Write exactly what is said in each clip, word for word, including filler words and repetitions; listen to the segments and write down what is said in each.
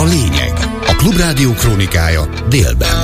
a lényeg. A Klubrádió krónikája délben.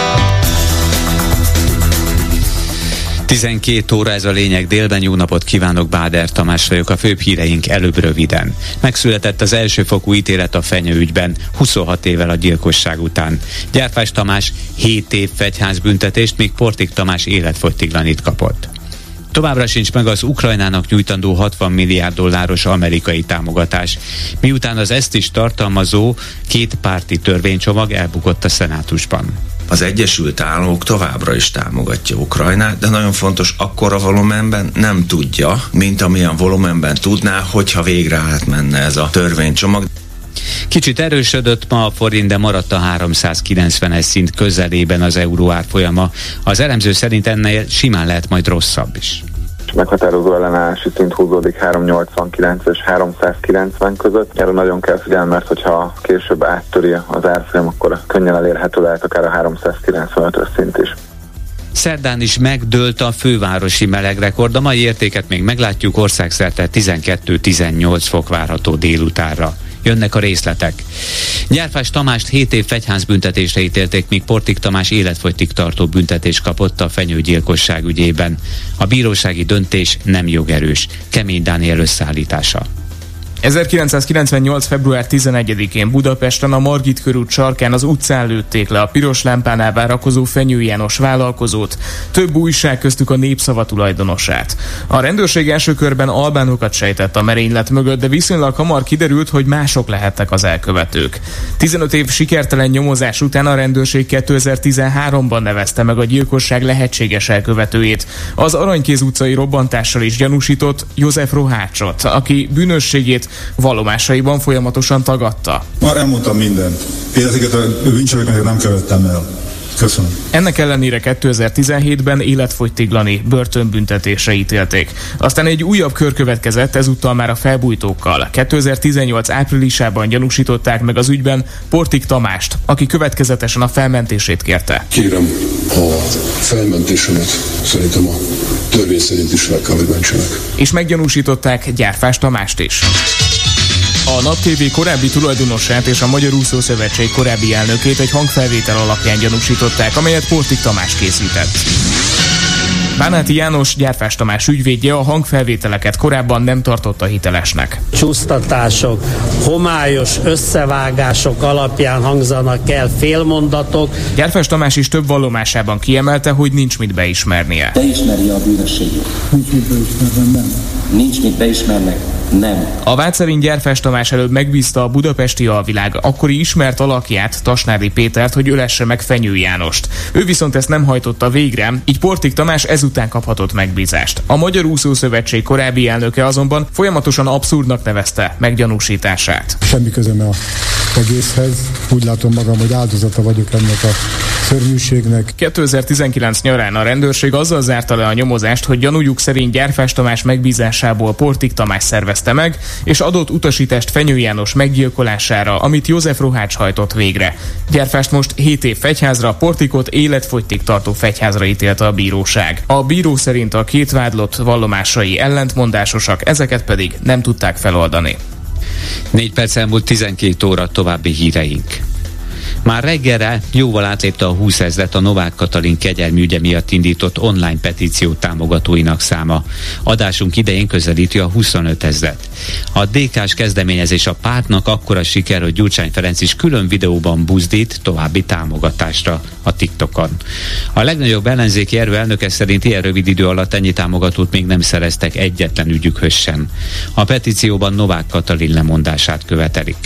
tizenkét óra ez a lényeg délben. Jó napot kívánok, Báder Tamás vagyok. A főbb híreink előbb röviden. Megszületett az elsőfokú ítélet a Fenyő ügyben, huszonhat évvel a gyilkosság után. Gyárfás Tamás hét év fegyházbüntetést, míg Portik Tamás életfogytiglanit kapott. Továbbra sincs meg az Ukrajnának nyújtandó hatvan milliárd dolláros amerikai támogatás, miután az ezt is tartalmazó kétpárti törvénycsomag elbukott a szenátusban. Az Egyesült Államok továbbra is támogatja Ukrajnát, de nagyon fontos, akkora volumenben nem tudja, mint amilyen volumenben tudná, hogyha végre átmenne ez a törvénycsomag. Kicsit erősödött ma a forint, de maradt a háromszázkilencvenes szint közelében az euró árfolyama. Az elemző szerint ennél simán lehet majd rosszabb is. Meghatározó ellenállási szint húzódik háromszáznyolcvankilenc és háromszázkilencven között. Erről nagyon kell figyelni, mert hogyha később áttöri az árfolyam, akkor könnyen elérhető lehet akár a háromszázkilencvenötös szint is. Szerdán is megdőlt a fővárosi melegrekord, a mai értéket még meglátjuk, országszerte tizenkettő-tizennyolc fok várható délutánra. Jönnek a részletek. Gyárfás Tamást hét év fegyházbüntetésre ítélték, míg Portik Tamás életfogytig tartó büntetést kapott a Fenyő gyilkosság ügyében. A bírósági döntés nem jogerős. Kemény Dániel összeállítása. ezerkilencszázkilencvennyolc. február tizenegyedikén Budapesten a Margit körút sarkán az utcán lőtték le a piros lámpánál várakozó Fenyő János vállalkozót, több újság köztük a Népszava tulajdonosát. A rendőrség első körben albánokat sejtett a merénylet mögött, de viszonylag hamar kiderült, hogy mások lehettek az elkövetők. tizenöt év sikertelen nyomozás után a rendőrség kétezer-tizenháromban nevezte meg a gyilkosság lehetséges elkövetőjét, az Aranykéz utcai robbantással is gyanúsított József Rohácsot, aki bűnösségét vallomásaiban folyamatosan tagadta. Már elmondtam mindent. Én ezeket a bűncselekményeket nem követtem el. Köszönöm. Ennek ellenére kétezer-tizenhétben életfogytiglani börtönbüntetésre ítélték. Aztán egy újabb kör következett, ezúttal már a felbújtókkal. kétezer-tizennyolc áprilisában gyanúsították meg az ügyben Portik Tamást, aki következetesen a felmentését kérte. Kérem, a felmentésemet szerintem a törvény szerint is fel kell, hogy mentsenek. És meggyanúsították Gyárfás Tamást is. A Nap té vé korábbi tulajdonosát és a Magyar Úszó Szövetség korábbi elnökét egy hangfelvétel alapján gyanúsították, amelyet Portik Tamás készített. Bánáti János, Gyárfás Tamás ügyvédje a hangfelvételeket korábban nem tartotta hitelesnek. Csúsztatások, homályos összevágások alapján hangzanak el félmondatok. Gyárfás Tamás is több vallomásában kiemelte, hogy nincs mit beismernie. Beismeri a bűnösségét. Nincs mit beismernem, nem. Nincs mit beismernek, nem. A vád szerint Gyárfás Tamás előbb megbízta a budapesti alvilág akkori ismert alakját, Tasnádi Pétert, hogy ölesse meg Fenyő Jánost. Ő viszont ezt nem hajtotta végre, így Portik Tamás ezután kaphatott megbízást. A Magyar Úszó Szövetség korábbi elnöke azonban folyamatosan abszurdnak nevezte meggyanúsítását. Semmi közöm a egészhez. Úgy látom magam, hogy áldozata vagyok ennek a szörnyűségnek. kétezer-tizenkilenc nyarán a rendőrség azzal zárta le a nyomozást, hogy gyanújuk szerint Gyárfás Tamás megbízásából Portik Tamás szervezte meg, és adott utasítást Fenyő János meggyilkolására, amit József Rohács hajtott végre. Gyárfást most hét év fegyházra, Portikot életfogytig tartó fegyházra ítélte a bíróság. A bíró szerint a két vádlott vallomásai ellentmondásosak, ezeket pedig nem tudták feloldani. Négy perc elmúlt tizenkét óra, további híreink. Már reggelre jóval átlépte a húszezret a Novák Katalin kegyelmi ügye miatt indított online petíció támogatóinak száma. Adásunk idején közelíti a huszonötezret. A dé ká-s kezdeményezés a pártnak akkora siker, hogy Gyurcsány Ferenc is külön videóban buzdít további támogatásra a TikTokon. A legnagyobb ellenzéki erő elnöke szerint ilyen rövid idő alatt ennyi támogatót még nem szereztek egyetlen ügyükhöz sem. A petícióban Novák Katalin lemondását követelik.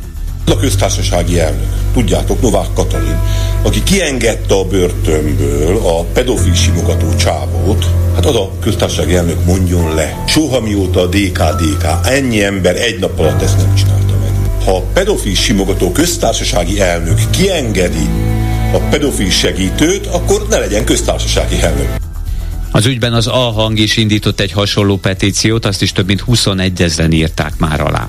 A köztársasági elnök, tudjátok, Novák Katalin, aki kiengedte a börtönből a pedofil simogató csávót, hát az a köztársasági elnök mondjon le. Soha mióta a dé ká dé ká, ennyi ember egy nap alatt ezt nem csinálta meg. Ha a pedofil simogató köztársasági elnök kiengedi a pedofil segítőt, akkor ne legyen köztársasági elnök. Az ügyben az A-hang is indított egy hasonló petíciót, azt is több mint huszonegyezren írták már alá.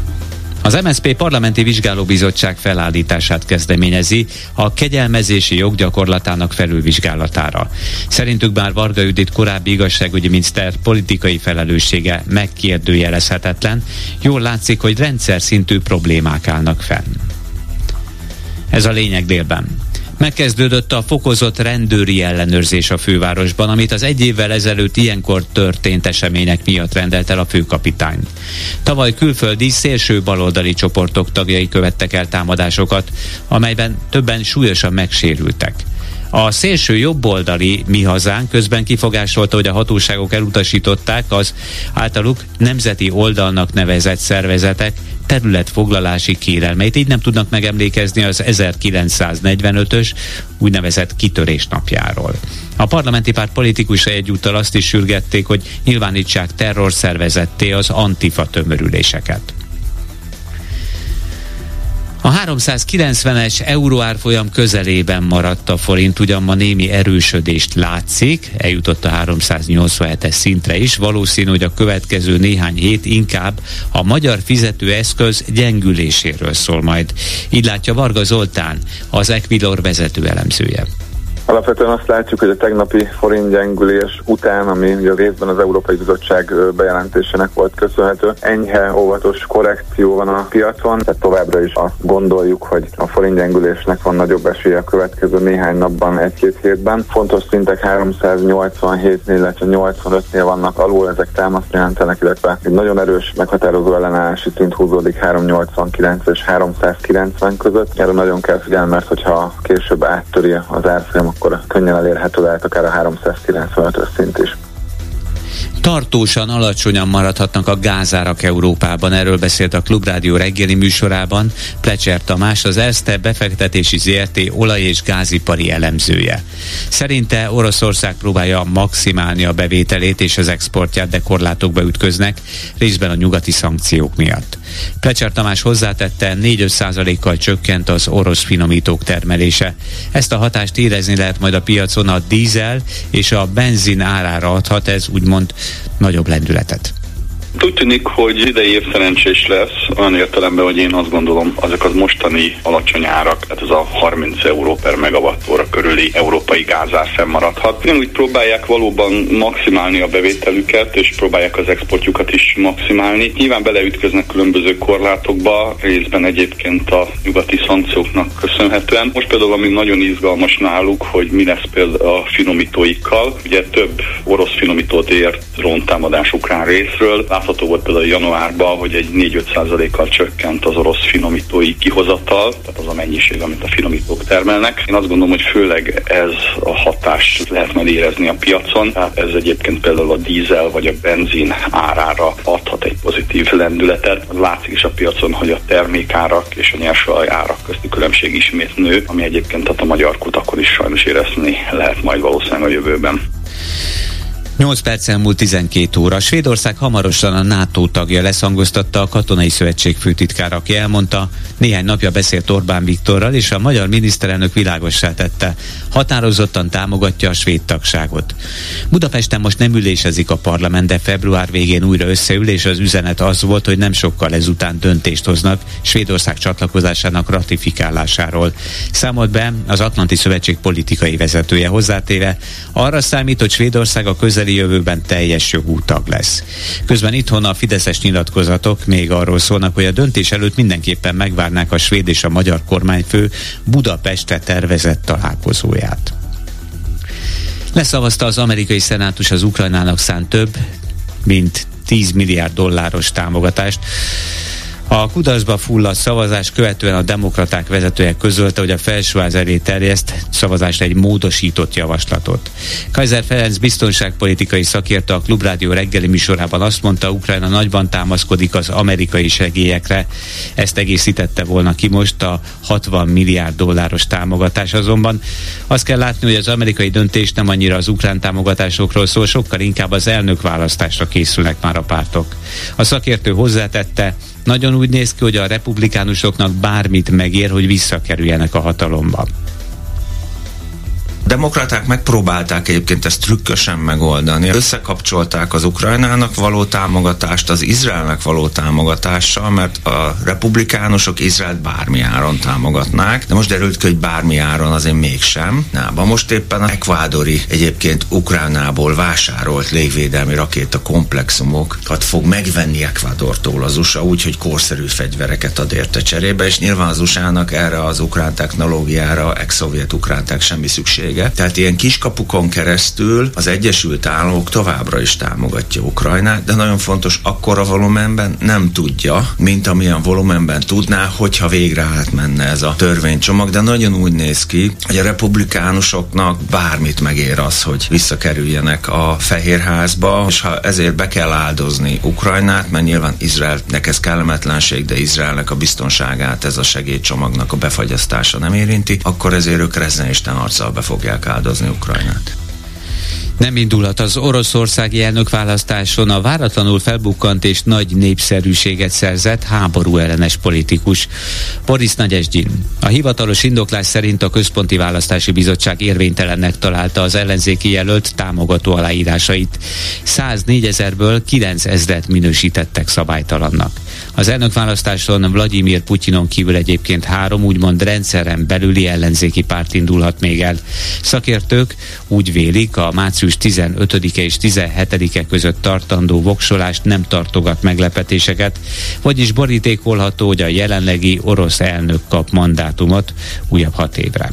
Az em es zé pé parlamenti vizsgálóbizottság felállítását kezdeményezi a kegyelmezési jog gyakorlatának felülvizsgálatára. Szerintük bár Varga Judit korábbi igazságügyi miniszter politikai felelőssége megkérdőjelezhetetlen, jól látszik, hogy rendszer szintű problémák állnak fenn. Ez a lényeg délben. Megkezdődött a fokozott rendőri ellenőrzés a fővárosban, amit az egy évvel ezelőtt ilyenkor történt események miatt rendelt el a főkapitány. Tavaly külföldi szélső baloldali csoportok tagjai követtek el támadásokat, amelyben többen súlyosan megsérültek. A szélső jobboldali Mi Hazánk közben kifogásolta, hogy a hatóságok elutasították az általuk nemzeti oldalnak nevezett szervezetek területfoglalási kérelmeit, így nem tudnak megemlékezni az ezerkilencszáznegyvenötös úgynevezett kitörés napjáról. A parlamenti párt politikusai egyúttal azt is sürgették, hogy nyilvánítsák terrorszervezetté az Antifa tömörüléseket. A háromszázkilencvenes euró árfolyam közelében maradt a forint, ugyan ma némi erősödést látszik, eljutott a háromszáznyolcvanhetes szintre is, valószínű, hogy a következő néhány hét inkább a magyar fizetőeszköz gyengüléséről szól majd. Így látja Varga Zoltán, az Equilor vezető elemzője. Alapvetően azt látjuk, hogy a tegnapi forintgyengülés után, ami ugye részben az Európai Bizottság bejelentésének volt köszönhető, enyhe, óvatos korrekció van a piacon, tehát továbbra is azt gondoljuk, hogy a forintgyengülésnek van nagyobb esélye a következő néhány napban, egy-két hétben. Fontos szintek háromszáznyolcvanhétnél, illetve nyolcvanötnél vannak alul, ezek támaszt jelentenek, illetve egy nagyon erős meghatározó ellenállási szint húzódik háromszáznyolcvankilenc és háromszázkilencven között. Erre nagyon kell figyelni, mert hogyha később áttöri az árfolyam, akkor könnyen elérhető lehet akár a háromszázkilencvenötös szint is. Tartósan alacsonyan maradhatnak a gázárak Európában, erről beszélt a Klubrádió reggeli műsorában Plecser Tamás, az Erste befektetési zé er té olaj- és gázipari elemzője. Szerinte Oroszország próbálja maximálni a bevételét és az exportját, de korlátokba ütköznek, részben a nyugati szankciók miatt. Plecser Tamás hozzátette, négy-öt százalékkal csökkent az orosz finomítók termelése. Ezt a hatást érezni lehet majd a piacon, a dízel és a benzin árára adhat ez úgymond nagyobb lendületet. Úgy tűnik, hogy idei év szerencsés lesz, olyan értelemben, hogy én azt gondolom, azok az mostani alacsony árak, tehát ez a harminc euró per megawattóra körüli európai gázár fennmaradhat. Ugyanúgy próbálják valóban maximálni a bevételüket, és próbálják az exportjukat is maximálni. Nyilván beleütköznek különböző korlátokba, részben egyébként a nyugati szankcióknak köszönhetően. Most például ami nagyon izgalmas náluk, hogy mi lesz például a finomítóikkal. Ugye több orosz finomítót ért dróntámadás ukrán részről. Látható volt például januárban, hogy egy négy-öt százalékkal csökkent az orosz finomítói kihozatal, tehát az a mennyiség, amit a finomítók termelnek. Én azt gondolom, hogy főleg ez a hatás lehet majd érezni a piacon. Tehát ez egyébként például a dízel vagy a benzin árára adhat egy pozitív lendületet. Látszik is a piacon, hogy a termékárak és a nyersolaj árak közti különbség ismét nő, ami egyébként tehát a magyar kutakon is sajnos érezni lehet majd valószínűleg a jövőben. nyolc perc elmúlt tizenkét óra. Svédország hamarosan a NATO tagja lesz, hangoztatta a Katonai Szövetség főtitkára, aki elmondta, néhány napja beszélt Orbán Viktorral, és a magyar miniszterelnök világossá tette, határozottan támogatja a svéd tagságot. Budapesten most nem ülésezik a parlament, de február végén újra összeül, és az üzenet az volt, hogy nem sokkal ezután döntést hoznak Svédország csatlakozásának ratifikálásáról. Számolt be az Atlanti Szövetség politikai vezetője, hozzátéve, arra számít, hogy Svédország a közel jövőben teljes jogú tag lesz. Közben itthon a fideszes nyilatkozatok még arról szólnak, hogy a döntés előtt mindenképpen megvárnák a svéd és a magyar kormányfő Budapestre tervezett találkozóját. Leszavazta az amerikai szenátus az Ukrajnának szánt több mint tíz milliárd dolláros támogatást. A kudarcba fulladt szavazás követően a demokraták vezetője közölte, hogy a felsőház elé terjeszt szavazásra egy módosított javaslatot. Kaiser Ferenc biztonságpolitikai szakértő a Klubrádió reggeli műsorában azt mondta, Ukrajna nagyban támaszkodik az amerikai segélyekre. Ezt egészítette volna ki most a hatvan milliárd dolláros támogatás, azonban azt kell látni, hogy az amerikai döntés nem annyira az ukrán támogatásokról szól, sokkal inkább az elnökválasztásra készülnek már a pártok. A szakértő hozzátette, nagyon úgy néz ki, hogy a republikánusoknak bármit megér, hogy visszakerüljenek a hatalomba. Demokraták megpróbálták egyébként ezt trükkösen megoldani. Összekapcsolták az Ukrajnának való támogatást az Izraelnek való támogatással, mert a republikánusok Izraelt bármi áron támogatnák, de most derült ki, hogy bármi áron azért mégsem. Nába most éppen a ekvádori egyébként Ukrajnából vásárolt légvédelmi rakéta komplexumokat fog megvenni Ekvádortól az u es á, úgyhogy korszerű fegyvereket ad érte cserébe, és nyilván az u es á-nak erre az ukrán technológiára, ex-szovjet ukránták semmi szüksége. Tehát ilyen kiskapukon keresztül az Egyesült Államok továbbra is támogatja Ukrajnát, de nagyon fontos, akkora volumenben nem tudja, mint amilyen volumenben tudná, hogyha végre átmenne ez a törvénycsomag, de nagyon úgy néz ki, hogy a republikánusoknak bármit megér az, hogy visszakerüljenek a Fehérházba, és ha ezért be kell áldozni Ukrajnát, mert nyilván Izraelnek ez kellemetlenség, de Izraelnek a biztonságát ez a segédcsomagnak a befagyasztása nem érinti, akkor ezért ők rezzenisten arccal be fogják áldozni Ukrajnát. Nem indulhat az oroszországi elnökválasztáson a váratlanul felbukkant és nagy népszerűséget szerzett háború ellenes politikus Boris Nagyesdin. A hivatalos indoklás szerint a Központi Választási Bizottság érvénytelennek találta az ellenzéki jelölt támogató aláírásait. száznégyezerből kilencezret minősítettek szabálytalannak. Az elnökválasztáson Vladimir Putyinon kívül egyébként három úgymond rendszeren belüli ellenzéki párt indulhat még el. Szakértők úgy vélik, a március tizenötödike és tizenhetedike között tartandó voksolást nem tartogat meglepetéseket, vagyis borítékolható, hogy a jelenlegi orosz elnök kap mandátumot újabb hat évre.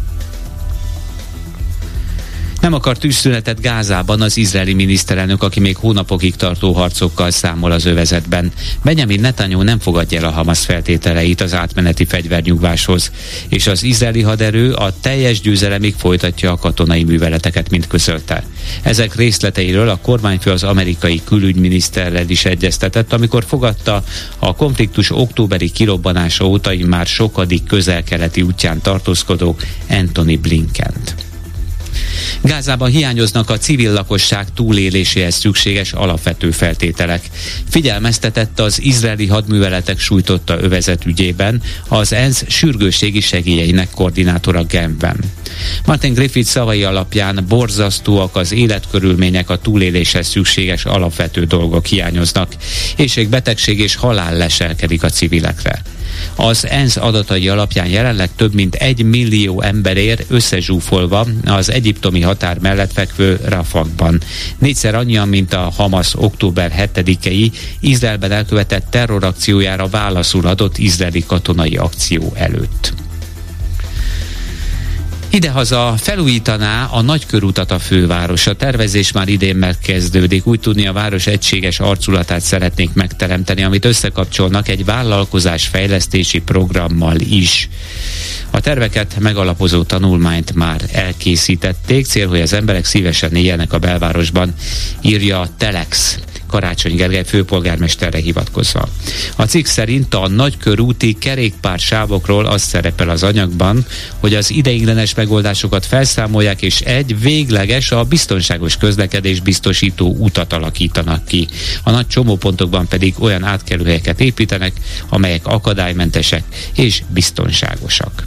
Nem akar tűzszünetet Gázában az izraeli miniszterelnök, aki még hónapokig tartó harcokkal számol az övezetben. Benjamin Netanyahu nem fogadja el a Hamasz feltételeit az átmeneti fegyvernyugváshoz, és az izraeli haderő a teljes győzelemig folytatja a katonai műveleteket, mint közölte. Ezek részleteiről a kormányfő az amerikai külügyminiszterrel is egyeztetett, amikor fogadta a konfliktus októberi kirobbanása óta már sokadik közel-keleti útján tartózkodó Antony Blinkent. Gázában hiányoznak a civil lakosság túléléséhez szükséges alapvető feltételek. Figyelmeztetett az izraeli hadműveletek sújtotta övezet ügyében az ENSZ sürgősségi segélyeinek koordinátora Genfben. Martin Griffith szavai alapján borzasztóak az életkörülmények, a túléléshez szükséges alapvető dolgok hiányoznak. Éhség, betegség és halál leselkedik a civilekre. Az ENSZ adatai alapján jelenleg több mint egy millió ember ér összezsúfolva az egyiptomi határ mellett fekvő Rafahban. Négyszer annyian, mint a Hamasz október hetedikei Izraelben elkövetett terrorakciójára válaszul adott izraeli katonai akció előtt. Idehaza felújítaná a nagykörútat a főváros. A tervezés már idén megkezdődik. Úgy tudni, a város egységes arculatát szeretnék megteremteni, amit összekapcsolnak egy vállalkozás fejlesztési programmal is. A terveket megalapozó tanulmányt már elkészítették, cél, hogy az emberek szívesen éljenek a belvárosban, írja a Telex, Karácsony Gergely főpolgármesterre hivatkozva. A cikk szerint a nagykörúti kerékpársávokról az szerepel az anyagban, hogy az ideiglenes megoldásokat felszámolják, és egy végleges, a biztonságos közlekedés biztosító utat alakítanak ki. A nagy csomópontokban pedig olyan átkelőhelyeket építenek, amelyek akadálymentesek és biztonságosak.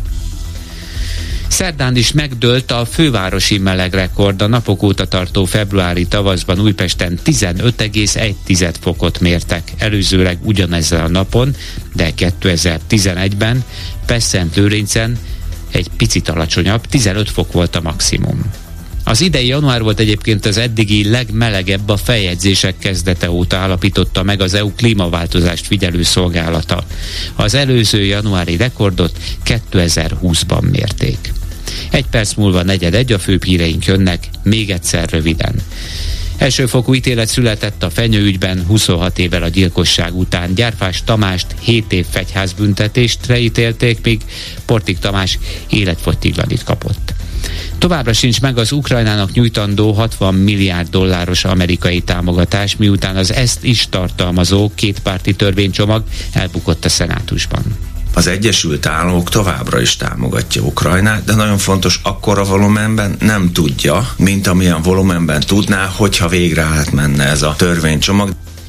Szerdán is megdőlt a fővárosi melegrekord. A napok óta tartó februári tavaszban Újpesten tizenöt egész egy fokot mértek. Előzőleg ugyanezzel a napon, de kétezer-tizenegyben Pest-Szent-Lőrincen egy picit alacsonyabb, tizenöt fok volt a maximum. Az idei január volt egyébként az eddigi legmelegebb a feljegyzések kezdete óta, állapította meg az é u klímaváltozást figyelő szolgálata. Az előző januári rekordot kétezer-húszban mérték. Egy perc múlva negyed egy, a főbb híreink jönnek, még egyszer röviden. Elsőfokú ítélet született a Fenyő ügyben, huszonhat évvel a gyilkosság után. Gyárfás Tamást hét év fegyházbüntetésre ítélték, míg Portik Tamás életfogytiglanit kapott. Továbbra sincs meg az Ukrajnának nyújtandó hatvan milliárd dolláros amerikai támogatás, miután az ezt is tartalmazó kétpárti törvénycsomag elbukott a szenátusban. Az Egyesült Államok továbbra is támogatja Ukrajnát, de nagyon fontos, akkora volumenben nem tudja, mint amilyen volumenben tudná, hogyha végre átmenne ez a törvénycsomag.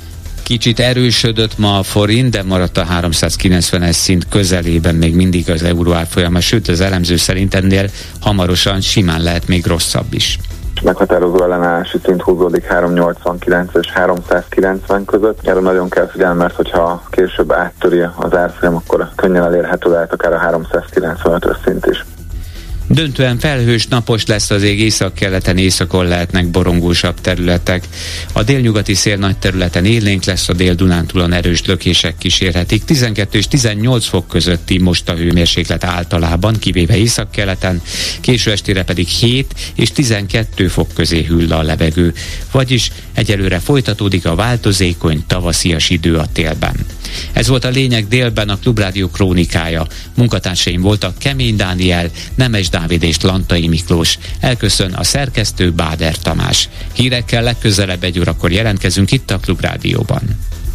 Kicsit erősödött ma a forint, de maradt a háromszázkilencvenes szint közelében még mindig az euró árfolyama, sőt az elemző szerint ennél hamarosan simán lehet még rosszabb is. Meghatározó ellenállási szint húzódik háromszáznyolcvankilenc és háromszázkilencven között. Erre nagyon kell figyelni, mert hogyha később áttöri az árfolyam, akkor könnyen elérhető lehet akár a háromszázkilencvenötös szint is. Döntően felhős, napos lesz az ég, északkeleten, északon lehetnek borongósabb területek. A délnyugati szél nagy területen élénk lesz, a Dél-Dunántúlon erős lökések kísérhetik. tizenkettő és tizennyolc fok közötti most a hőmérséklet általában, kivéve északkeleten, késő estére pedig hét és tizenkettő fok közé hűl a levegő. Vagyis egyelőre folytatódik a változékony, tavaszias idő a télben. Ez volt a lényeg délben, a Klubrádió krónikája. Munkatársaim voltak Kemény Dániel, Nemes Dávid és Lantai Miklós. Elköszön a szerkesztő Báder Tamás. Hírekkel legközelebb egy órakor jelentkezünk itt a Klubrádióban.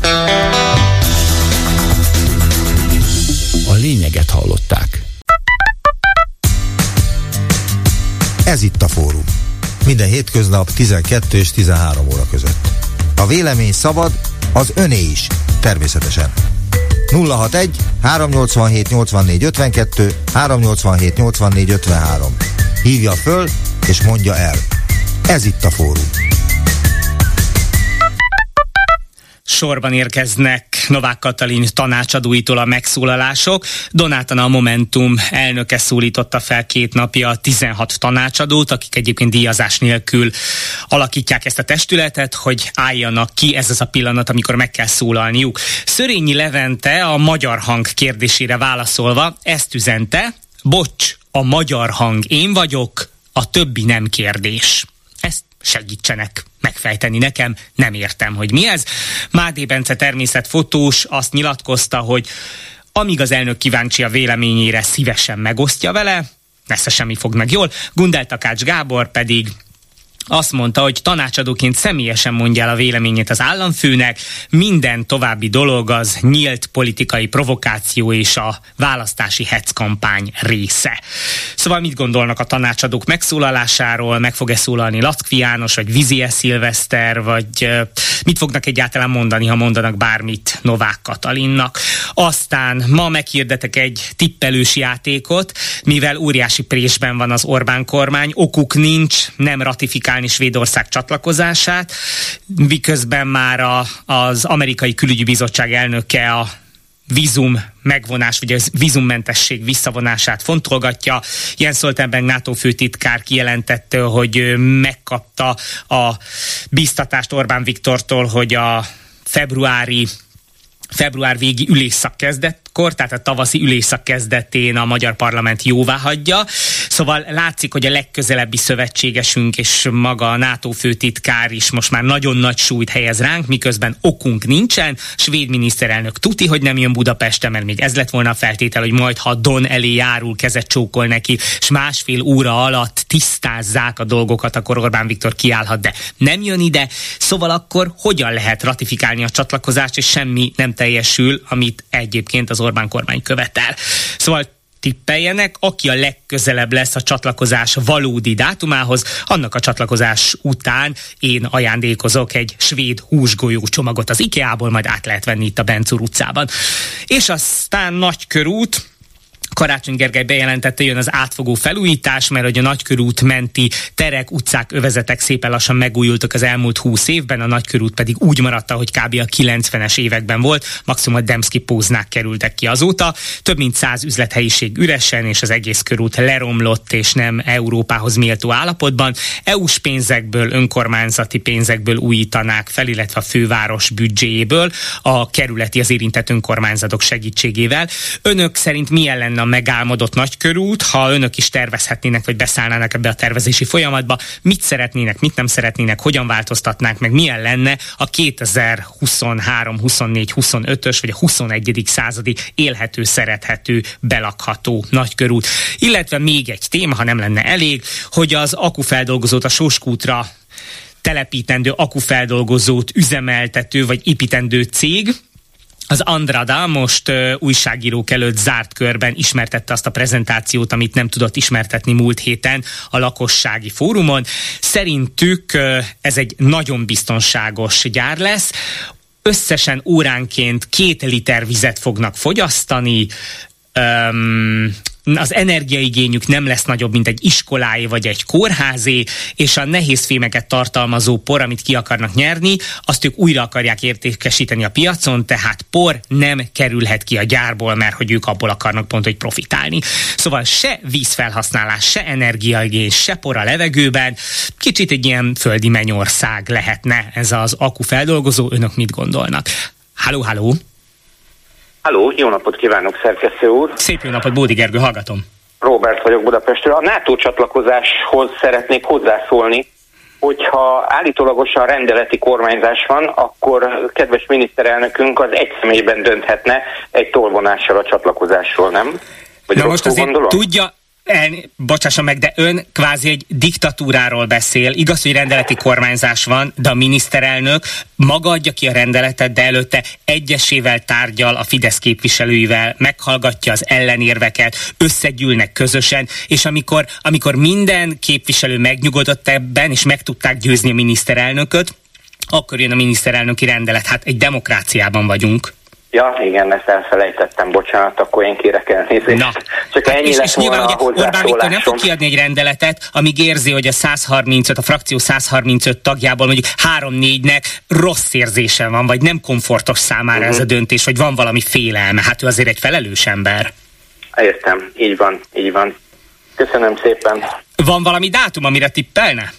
A lényeget hallották. Ez itt a Fórum. Minden hétköznap tizenkettő és tizenhárom óra között. A vélemény szabad, az öné is, természetesen. nulla hatvanegy, háromnyolcvanhét, nyolcvannégy, ötvenkettő, háromnyolcvanhét, nyolcvannégy, ötvenhárom. Hívja föl és mondja el. Ez itt a Fórum. Sorban érkeznek Novák Katalin tanácsadóitól a megszólalások. Donátana a Momentum elnöke szólította fel két napja a tizenhat tanácsadót, akik egyébként díjazás nélkül alakítják ezt a testületet, hogy álljanak ki. Ez az a pillanat, amikor meg kell szólalniuk. Szörényi Levente a Magyar Hang kérdésére válaszolva ezt üzente: bocs, a Magyar Hang én vagyok, a többi nem kérdés. Ezt segítsenek megfejteni nekem, nem értem, hogy mi ez. Mádé Bence természetfotós azt nyilatkozta, hogy amíg az elnök kíváncsi a véleményére, szívesen megosztja vele, nesze semmi fog meg jól. Gundel Takács Gábor pedig azt mondta, hogy tanácsadóként személyesen mondja el a véleményét az államfőnek, minden további dolog az nyílt politikai provokáció és a választási hecckampány része. Szóval mit gondolnak a tanácsadók megszólalásáról? Meg fog-e szólalni Lackfi János, vagy Vizier Szilveszter, vagy uh, mit fognak egyáltalán mondani, ha mondanak bármit Novák Katalinnak? Aztán ma meghirdetek egy tippelős játékot, mivel óriási présben van az Orbán kormány, okuk nincs nem ratifikálni Svédország csatlakozását, miközben már a, az amerikai külügyi bizottság elnöke a vízum megvonás, vagy a vízummentesség visszavonását fontolgatja. Jens Stoltenberg NATO főtitkár kijelentette, hogy megkapta a bíztatást Orbán Viktortól, hogy a februári február végi ülésszak kezdetkor, tehát a tavaszi ülésszak kezdetén a magyar parlament jóvá hagyja. Szóval látszik, hogy a legközelebbi szövetségesünk és maga a NATO főtitkár is most már nagyon nagy súlyt helyez ránk, miközben okunk nincsen. Svéd miniszterelnök tuti, hogy nem jön Budapestre, mert még ez lett volna a feltétel, hogy majd ha Don elé járul, kezet csókol neki, és másfél óra alatt tisztázzák a dolgokat, akkor Orbán Viktor kiállhat, de nem jön ide. Szóval akkor hogyan lehet ratifikálni a csatlakozást, és semmi nem teljesül, amit egyébként az Orbán kormány követel. Szóval tippeljenek, aki a legközelebb lesz a csatlakozás valódi dátumához, annak a csatlakozás után én ajándékozok egy svéd húsgolyó csomagot az IKEA-ból, majd át lehet venni itt a Bencúr utcában. És aztán Nagykörút. Karácsony Gergely bejelentette, jön az átfogó felújítás, mert hogy a Nagykörút menti terek, utcák, övezetek szépen lassan megújultak az elmúlt húsz évben, a Nagykörút pedig úgy maradt, hogy kb. A kilencvenes években volt, maximum a Demszki póznák kerültek ki azóta. Több mint száz üzlethelyiség üresen, és az egész körút leromlott, és nem Európához méltó állapotban. é u-s pénzekből, önkormányzati pénzekből újítanák fel, illetve a főváros büdzséjéből, a kerületi, az érintett önkormányzatok segítségével. Önök szerint milyen lenne a megálmodott Nagykörút, ha önök is tervezhetnének, vagy beszállnának ebbe a tervezési folyamatba, mit szeretnének, mit nem szeretnének, hogyan változtatnák meg, milyen lenne a kétezer-huszonhárom, huszonnégy, huszonötös vagy a huszonegyedik századi élhető, szerethető, belakható Nagykörút. Illetve még egy téma, ha nem lenne elég, hogy az akufeldolgozót a Sóskútra telepítendő akufeldolgozót üzemeltető vagy építendő cég, az Andrada most uh, újságírók előtt zárt körben ismertette azt a prezentációt, amit nem tudott ismertetni múlt héten a lakossági fórumon. Szerintük uh, ez egy nagyon biztonságos gyár lesz. összesen óránként két liter vizet fognak fogyasztani, um, az energiaigényük nem lesz nagyobb, mint egy iskoláé vagy egy kórházé, és a nehézfémeket tartalmazó por, amit ki akarnak nyerni, azt ők újra akarják értékesíteni a piacon, tehát por nem kerülhet ki a gyárból, mert hogy ők abból akarnak pont, hogy profitálni. Szóval se vízfelhasználás, se energiaigény, se por a levegőben, kicsit egy ilyen földi mennyország lehetne ez az akkufeldolgozó. Önök mit gondolnak? Halló, halló! Halló, jó napot kívánok, szerkesztő úr! Szép jó napot, Bódi Gergő, hallgatom! Robert vagyok Budapestről. A NATO csatlakozáshoz szeretnék hozzászólni, hogyha állítólagosan rendeleti kormányzás van, akkor kedves miniszterelnökünk az egy személyben dönthetne egy tolvonással a csatlakozásról, nem? Vagy na most azért gondolom? Tudja, el, bocsásson meg, de ön kvázi egy diktatúráról beszél. Igaz, hogy rendeleti kormányzás van, de a miniszterelnök maga adja ki a rendeletet, de előtte egyesével tárgyal a Fidesz képviselőivel, meghallgatja az ellenérveket, összegyűlnek közösen, és amikor, amikor minden képviselő megnyugodott ebben, és meg tudták győzni a miniszterelnököt, akkor jön a miniszterelnöki rendelet. Hát egy demokráciában vagyunk. Ja, igen, ezt elfelejtettem, bocsánat, akkor én kérek elnézést. Na. Csak ennyi és, lett és volna nyilván, a hogy Orbán Viktor nem fog hozzászólásom. kiadni egy rendeletet, amíg érzi, hogy a száz harmincöt, a frakció száz harmincöt tagjából mondjuk három-négynek rossz érzése van, vagy nem komfortos számára uh-huh. ez a döntés, vagy van valami félelme. Hát ő azért egy felelős ember. Értem, így van, így van. Köszönöm szépen. Van valami dátum, amire tippelne?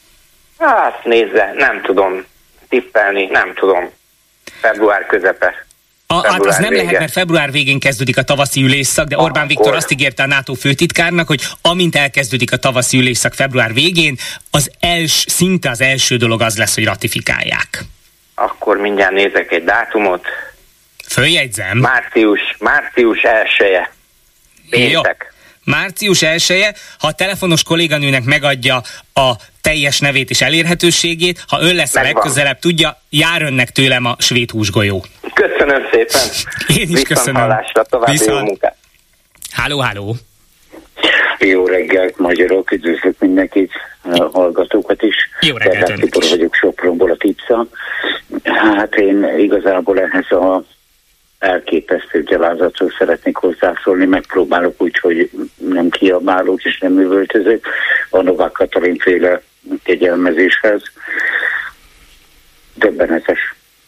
Hát nézze, nem tudom tippelni, nem tudom. Február közepe. A, hát az nem vége. Lehet, mert február végén kezdődik a tavaszi ülésszak, de Orbán Viktor azt ígérte a NATO főtitkárnak, hogy amint elkezdődik a tavaszi ülésszak február végén, az els, szinte az első dolog az lesz, hogy ratifikálják. Akkor mindjárt nézek egy dátumot. Följegyzem. Március, március elseje. Péntek. Március elseje, ha a telefonos kolléganőnek megadja a teljes nevét és elérhetőségét, ha ön lesz Megvan. a legközelebb, tudja, jár önnek tőlem a svéd húsgolyó. Köszönöm szépen. Én is köszönöm. Hallásra, további Viszont. jó munkát. Háló, háló. Jó reggelt, magyarok, üdvözlök mindenkit, a hallgatókat is. Jó reggelt, önök is. Vagyok Sopronból, a Tipsa. Hát én igazából ehhez a elképesztő gyalázatról szeretnék hozzászólni, megpróbálok úgy, hogy nem kiabálok és nem üvöltözök a Novák Katalin féle kegyelmezéshez. Döbbenetes.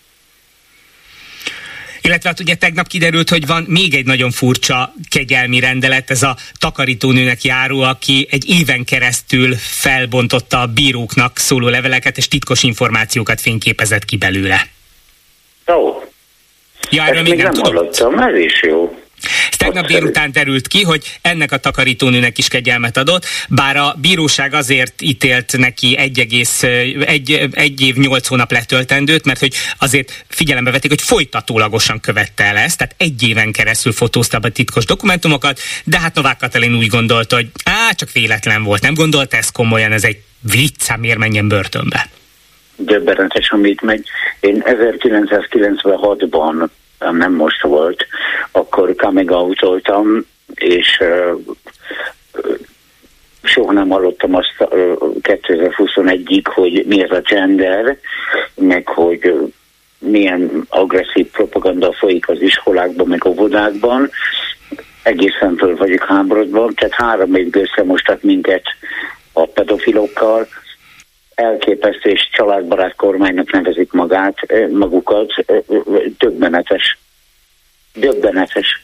Illetve hát ugye tegnap kiderült, hogy van még egy nagyon furcsa kegyelmi rendelet, ez a takarítónőnek járó, aki egy éven keresztül felbontotta a bíróknak szóló leveleket, és titkos információkat fényképezett ki belőle. Ó. Ja, erről még, még nem, nem hallottam, ez is jó. Tegnap délután derült ki, hogy ennek a takarítónőnek is kegyelmet adott, bár a bíróság azért ítélt neki egy, egész, egy, egy év nyolc hónap letöltendőt, mert hogy azért figyelembe vették, hogy folytatólagosan követte el ezt, tehát egy éven keresztül fotózta be titkos dokumentumokat, de hát Novák Katalin úgy gondolta, hogy á, csak véletlen volt, nem gondolta ez komolyan, ez egy vicc, miért menjen börtönbe. Döbbenetes, amit megy. Én ezerkilencszázkilencvenhatban, nem most volt, akkor coming out-oltam, és uh, uh, soha nem hallottam azt uh, kétezer-huszonegyig, hogy mi ez a gender, meg hogy uh, milyen agresszív propaganda folyik az iskolákban, meg a óvodákban. Egészen föl vagyok háborodva, tehát három évig összemostak minket a pedofilokkal, elképesztő és családbarát kormánynak nevezik magát, magukat, döbbenetes. Döbbenetes.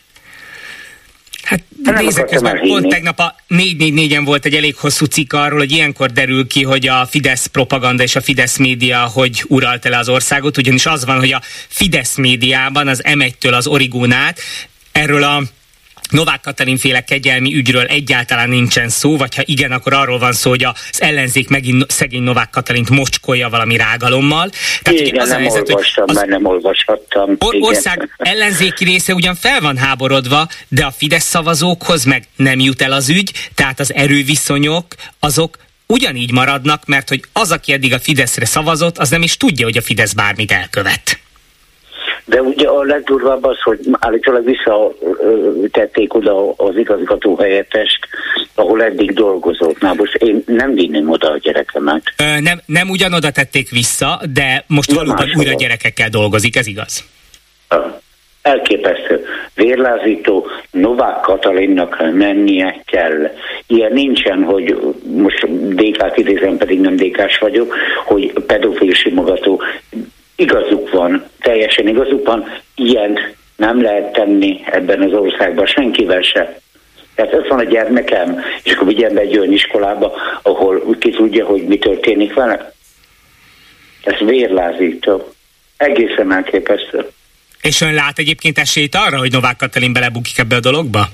Hát nézek közben, pont tegnap a négy négy négyen volt egy elég hosszú cikk arról, hogy ilyenkor derül ki, hogy a Fidesz propaganda és a Fidesz média hogy uralt el az országot, ugyanis az van, hogy a Fidesz médiában az em egytől az Origón át erről a Novák Katalin féle kegyelmi ügyről egyáltalán nincsen szó, vagy ha igen, akkor arról van szó, hogy az ellenzék megint szegény Novák Katalint mocskolja valami rágalommal. Tehát igen, az nem a helyzet, olvastam, mert nem olvashattam. Or- ország ellenzéki része ugyan fel van háborodva, de a Fidesz szavazókhoz meg nem jut el az ügy, tehát az erőviszonyok azok ugyanígy maradnak, mert hogy az, aki eddig a Fideszre szavazott, az nem is tudja, hogy a Fidesz bármit elkövet. De ugye a legdurvább az, hogy állítólag visszatették oda az igazgató helyettest ahol eddig dolgozott. Na most én nem vinném oda a gyerekemet. Ö, nem, nem ugyanoda tették vissza, de most ja, valóban újra van. Gyerekekkel dolgozik, ez igaz? Elképesztő. Vérlázító, Novák Katalinnak mennie kell. Ilyen nincsen, hogy most dé ká-t idézem, pedig nem dé ká-s vagyok, hogy pedofil simogató. Igazuk van, teljesen igazuk van, ilyent nem lehet tenni ebben az országban, senkivel se. Tehát ez van a gyermekem, és akkor vigyem be egy olyan iskolába, ahol ki tudja, hogy mi történik vele. Ez vérlázító. Egészen elképesztő. És ön lát egyébként esélyt arra, hogy Novák Katalin belebukik ebbe a dologba?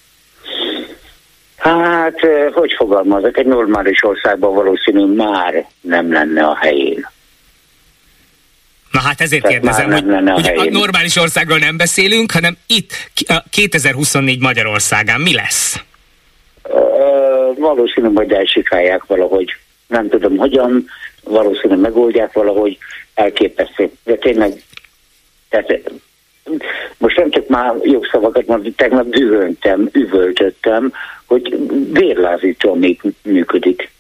Hát, hogy fogalmazok, egy normális országban valószínű már nem lenne a helyén. Na hát ezért Tehát kérdezem, hogy, a, hogy a normális országról nem beszélünk, hanem itt kétezer-huszonnégy Magyarországán mi lesz? Uh, valószínű, hogy elsikálják valahogy. Nem tudom hogyan, valószínű megoldják valahogy, elképesztő. De tényleg, tehát most nem csak már jobb szavakat mondani, tegnap dühöntem, üvöltöttem, hogy vérlázító még működik.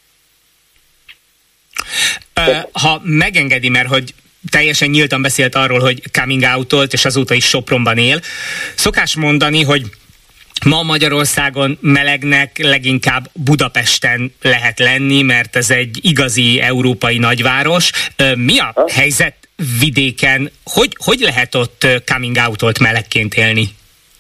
Uh, ha megengedi, mert hogy teljesen nyíltan beszélt arról, hogy coming out-olt, és azóta is Sopronban él. Szokás mondani, hogy ma Magyarországon melegnek leginkább Budapesten lehet lenni, mert ez egy igazi európai nagyváros. Mi a helyzet vidéken? Hogy, hogy lehet ott coming out-olt melegként élni?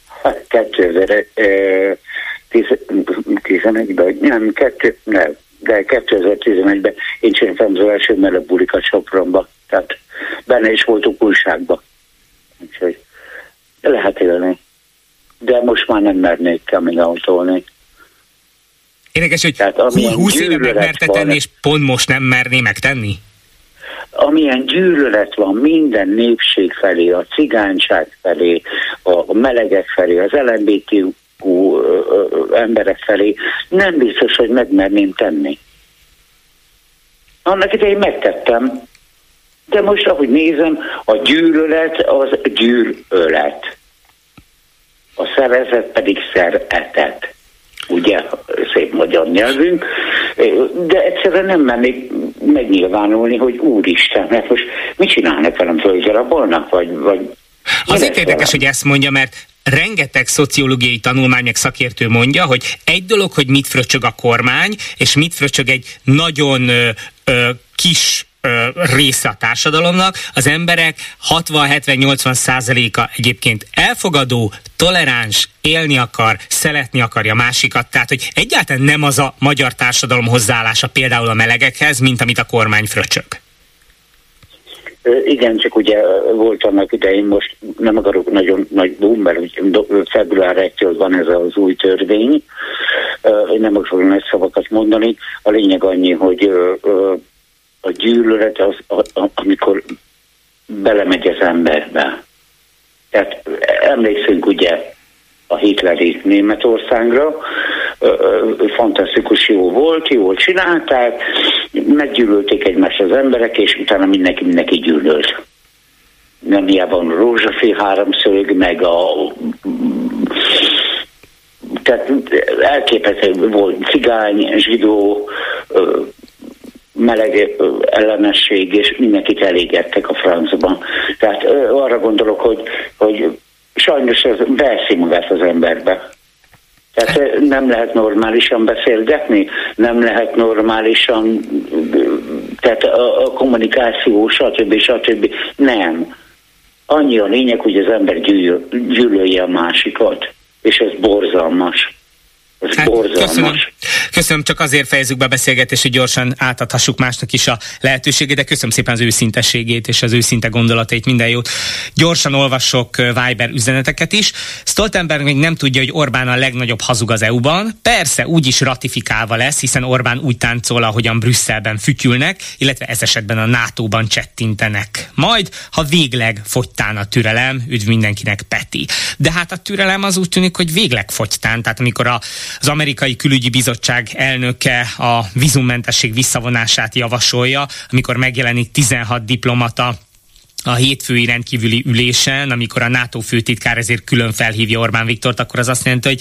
kétezer-tizenegyben, nem, kettő, nem, de kétezer-tizenegyben én csináltam az első meleg bulikat Sopronba, tehát benne is voltunk újságban. Úgyhogy lehet élni. De most már nem mernék coming out-olni. Érdekes, hogy húsz éve megmerte tenni, és pont most nem merné megtenni? Amilyen gyűlölet van minden népség felé, a cigányság felé, a melegek felé, az el em bé té kú emberek felé, nem biztos, hogy megmerném tenni. Annak idején megtettem, de most, ahogy nézem, a gyűlölet az gyűlölet. A szervezet pedig szeretet. Ugye, szép magyar nyelvünk, de egyszerűen nem mennék megnyilvánulni, hogy úristen, mert most mit csinálnak velem, földarabolnak, vagy... vagy azért érdekes, hogy ezt mondja, mert rengeteg szociológiai tanulmány meg szakértő mondja, hogy egy dolog, hogy mit fröcsög a kormány, és mit fröcsög egy nagyon ö, ö, kis része a társadalomnak, az emberek hatvan-hetven-nyolcvan százaléka egyébként elfogadó, toleráns, élni akar, szeretni akarja másikat, tehát hogy egyáltalán nem az a magyar társadalom hozzáállása például a melegekhez, mint amit a kormány fröcsög. Igen, csak ugye volt annak idején, most nem akarok nagyon nagy boom, mert február elsejétől van ez az új törvény, én nem akarok nagy szavakat mondani, a lényeg annyi, hogy a gyűlölet az, a, a, amikor belemegy az emberbe. Tehát emlékszünk ugye a hitleri Németországra, fantasztikus jó volt, jól csinálták, meggyűlölték egymást az emberek, és utána mindenki mindenki gyűlölt. Nem hiába van rózsafél háromszög, meg a... Tehát elképesztő volt cigány, zsidó, meleg ellenesség, és mindenkit elégettek a francban. Tehát arra gondolok, hogy, hogy sajnos ez beeszi magát az emberbe. Tehát nem lehet normálisan beszélgetni, nem lehet normálisan, tehát a, a kommunikáció, stb. stb. Nem. Annyi a lényeg, hogy az ember gyűl, gyűlölje a másikat, és ez borzalmas. Ez hát, borzalmas. Köszönöm. Köszönöm, csak azért fejezzük be a beszélgetést, hogy gyorsan átadhassuk másnak is a lehetőségét, de köszönöm szépen az őszintességét és az őszinte gondolatait, minden jót. Gyorsan olvasok Viber üzeneteket is. Stoltenberg még nem tudja, hogy Orbán a legnagyobb hazug az é u-ban. Persze, úgy is ratifikálva lesz, hiszen Orbán úgy táncol, ahogyan Brüsszelben fütyülnek, illetve ez esetben a nátóban csettintenek. Majd, ha végleg fogytán a türelem, üdv mindenkinek, Peti. De hát a türelem az úgy tűnik, hogy végleg fogytán, tehát amikor a, az amerikai külügyi bizottság elnöke a vízummentesség visszavonását javasolja, amikor megjelenik tizenhat diplomata a hétfői rendkívüli ülésen, amikor a NATO főtitkár ezért külön felhívja Orbán Viktort, akkor az azt jelenti, hogy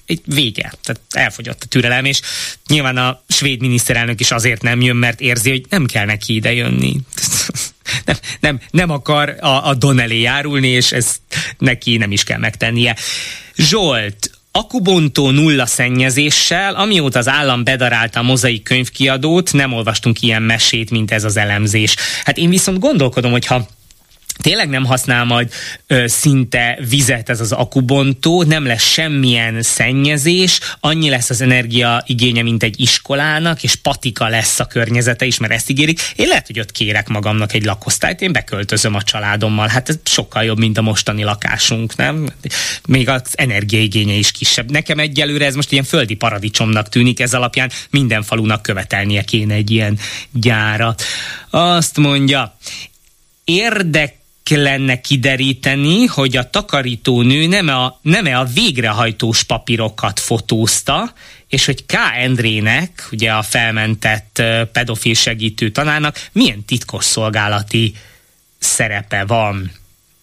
egy vége. Tehát elfogyott a türelem, és nyilván a svéd miniszterelnök is azért nem jön, mert érzi, hogy nem kell neki ide jönni. Nem, nem, nem akar a, a Don elé járulni, és ezt neki nem is kell megtennie. Zsolt, akubontó nulla szennyezéssel, amióta az állam bedarálta a Mozaik könyvkiadót, nem olvastunk ilyen mesét, mint ez az elemzés. Hát én viszont gondolkodom, hogyha tényleg nem használ majd ö, szinte vizet ez az akubontó, nem lesz semmilyen szennyezés, annyi lesz az energiaigénye, mint egy iskolának, és patika lesz a környezete is, mert ezt ígérik. Én lehet, hogy ott kérek magamnak egy lakosztályt, én beköltözöm a családommal. Hát ez sokkal jobb, mint a mostani lakásunk, nem? Még az energiaigénye is kisebb. Nekem egyelőre ez most ilyen földi paradicsomnak tűnik, ez alapján minden falunak követelnie kéne egy ilyen gyárat. Azt mondja, érdek lenne kideríteni, hogy a takarítónő nem a, nem a végrehajtós papírokat fotózta, és hogy K. Endrének, ugye a felmentett pedofil segítő tanárnak milyen titkosszolgálati szerepe van.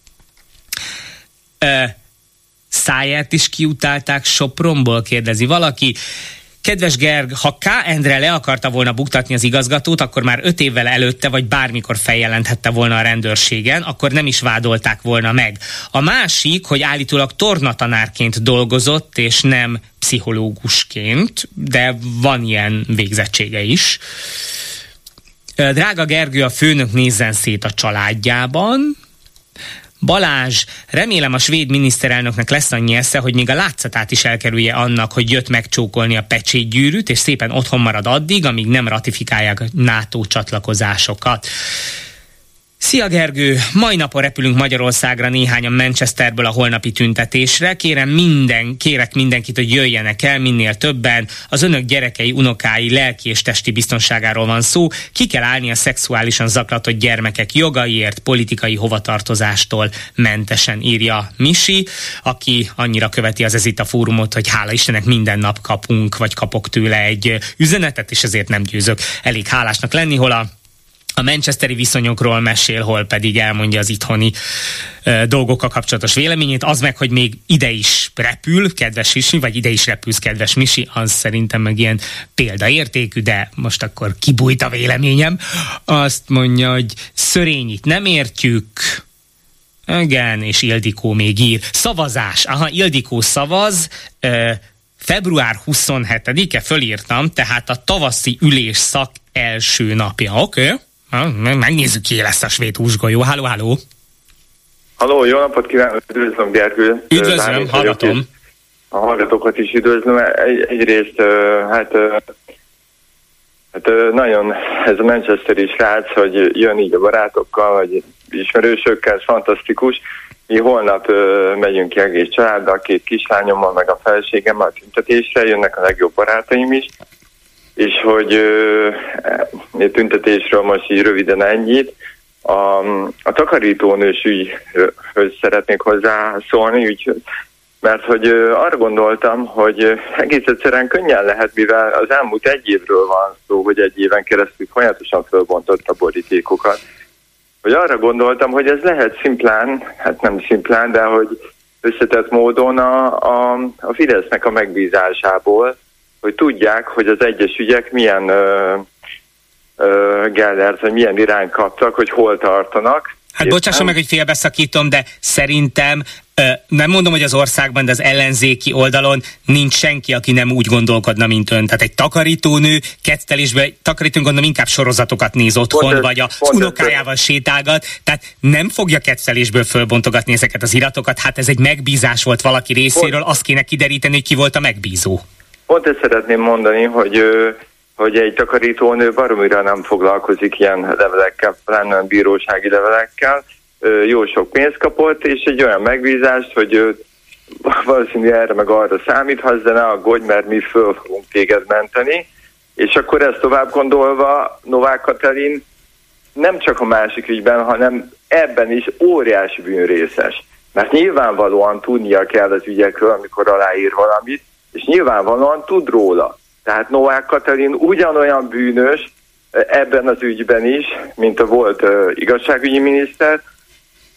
Ö, Száját is kiutálták Sopronból, kérdezi valaki. Kedves Gerg, ha K. Endre le akarta volna buktatni az igazgatót, akkor már öt évvel előtte, vagy bármikor feljelenthette volna a rendőrségen, akkor nem is vádolták volna meg. A másik, hogy állítólag tornatanárként dolgozott, és nem pszichológusként, de van ilyen végzettsége is. Drága Gergő, a főnök nézzen szét a családjában. Balázs, remélem a svéd miniszterelnöknek lesz annyi esze, hogy még a látszatát is elkerülje annak, hogy jött megcsókolni a pecsétgyűrűt, és szépen otthon marad addig, amíg nem ratifikálják a NATO csatlakozásokat. Szia Gergő, mai napon repülünk Magyarországra néhányan Manchesterből a holnapi tüntetésre. Kérem minden, kérek mindenkit, hogy jöjjenek el minél többen. Az önök gyerekei, unokái lelki és testi biztonságáról van szó. Ki kell állni a szexuálisan zaklatott gyermekek jogaiért, politikai hovatartozástól mentesen, írja Misi, aki annyira követi az Ez itt a fórumot, hogy hála Istennek minden nap kapunk, vagy kapok tőle egy üzenetet, és ezért nem győzök elég hálásnak lenni, hol a A manchesteri viszonyokról mesél, hol pedig elmondja az itthoni ö, dolgokkal kapcsolatos véleményét. Az meg, hogy még ide is repül, kedves Misi, vagy ide is repülsz, kedves Misi, az szerintem meg ilyen példaértékű, de most akkor kibújt a véleményem. Azt mondja, hogy Szörényit nem értjük. Igen, és Ildikó még ír. Szavazás. Aha, Ildikó szavaz. Ö, február huszonhetedike, fölírtam, tehát a tavaszi ülésszak első napja. Oké. Okay. Megnézzük, ki lesz a svéd húsgolyó. Halló, halló! Halló, jó napot kívánok! Üdvözlöm, Gergő! Üdvözlöm, hallgatom! A hallgatókat is üdvözlöm. Egy, egyrészt, hát, hát nagyon ez a manchesteri srác, hogy jön így a barátokkal, vagy ismerősökkel, ez fantasztikus. Mi holnap megyünk ki egész családdal, két kislányommal, meg a feleségemmel a tüntetésre, jönnek a legjobb barátaim is. És hogy ö, tüntetésről most így röviden ennyit. A, a takarítónős ügyhöz szeretnék hozzászólni, úgy, mert hogy ö, arra gondoltam, hogy ö, egész egyszerűen könnyen lehet, mivel az elmúlt egy évről van szó, hogy egy éven keresztül folyamatosan fölbontott a borítékokat, hogy arra gondoltam, hogy ez lehet szimplán, hát nem szimplán, de hogy összetett módon a, a, a Fidesznek a megbízásából, hogy tudják, hogy az egyes ügyek milyen ö, ö, gellert, vagy milyen irányt kaptak, hogy hol tartanak. Hát bocsássa meg, hogy félbeszakítom, de szerintem ö, nem mondom, hogy az országban, de az ellenzéki oldalon nincs senki, aki nem úgy gondolkodna, mint ön. Tehát egy takarítónő kettelésben, takarítónő gondolom inkább sorozatokat néz otthon, pont vagy az unokájával ez. sétálgat, tehát nem fogja kettelésből fölbontogatni ezeket az iratokat. Hát ez egy megbízás volt valaki részéről, pont. Azt kéne kideríteni, hogy ki volt a megbízó. Pont ezt szeretném mondani, hogy, hogy egy takarítónő baromira nem foglalkozik ilyen levelekkel, pláne bírósági levelekkel. Jó sok pénzt kapott, és egy olyan megbízást, hogy valószínűleg erre meg arra számíthatsz, de ne aggódj, mert mi föl fogunk téged menteni. És akkor ezt tovább gondolva, Novák Katalin nem csak a másik ügyben, hanem ebben is óriási bűnrészes. Mert nyilvánvalóan tudnia kell az ügyekről, amikor aláír valamit, és nyilvánvalóan tud róla. Tehát Novák Katalin ugyanolyan bűnös ebben az ügyben is, mint a volt uh, igazságügyi miniszter,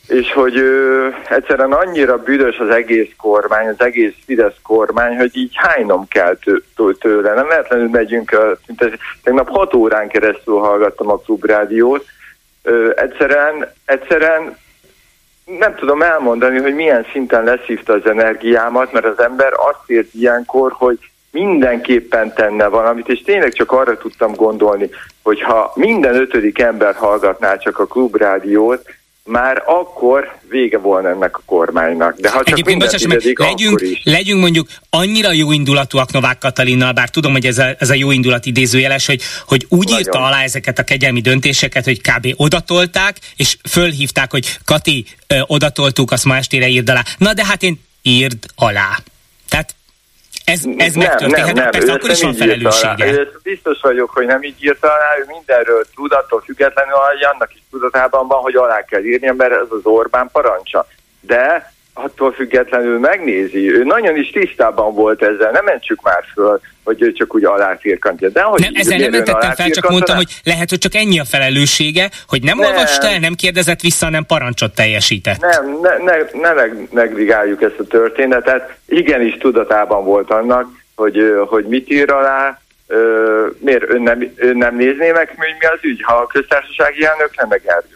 és hogy ö, egyszerűen annyira büdös az egész kormány, az egész Fidesz kormány, hogy így hánynom kell tő, tőle. Nem lehetlenül megyünk, tegnap hat órán keresztül hallgattam a Klubrádiót. Ö, egyszerűen, egyszerűen nem tudom elmondani, hogy milyen szinten leszívta az energiámat, mert az ember azt ért ilyenkor, hogy mindenképpen tenne valamit, és tényleg csak arra tudtam gondolni, hogyha minden ötödik ember hallgatná csak a Klubrádiót, már akkor vége volna ennek a kormánynak. De ha csak minden tizedik, legyünk, akkor is. legyünk mondjuk annyira jó indulatúak Novák Katalinnal, bár tudom, hogy ez a, ez a jó indulat idézőjeles, hogy, hogy úgy Nagyon. írta alá ezeket a kegyelmi döntéseket, hogy kb. Odatolták, és fölhívták, hogy Kati, ö, odatoltuk, azt ma estére írd alá. Na de hát én írd alá. Tehát ez, ez nem, megtörténhet, nem, nem, persze akkor is van felelőssége. Biztos vagyok, hogy nem így írta alá, ő mindenről tud, attól függetlenül, hogy annak is tudatában van, hogy alá kell írnia, mert ez az Orbán parancsa. De attól függetlenül megnézi. Ő nagyon is tisztában volt ezzel, nem mentsük már föl, hogy ő csak úgy aláfirkantja. De hogy nem, ezzel nem mentettem fel, csak mondtam, hogy lehet, hogy csak ennyi a felelőssége, hogy nem, nem. olvasta el, nem kérdezett vissza, hanem parancsot teljesített. Nem, ne, ne, ne negligáljuk ezt a történetet. Igenis tudatában volt annak, hogy, hogy mit ír alá, miért ön nem, ön nem nézné meg, hogy mi az ügy, ha a köztársasági elnök nem megerjük.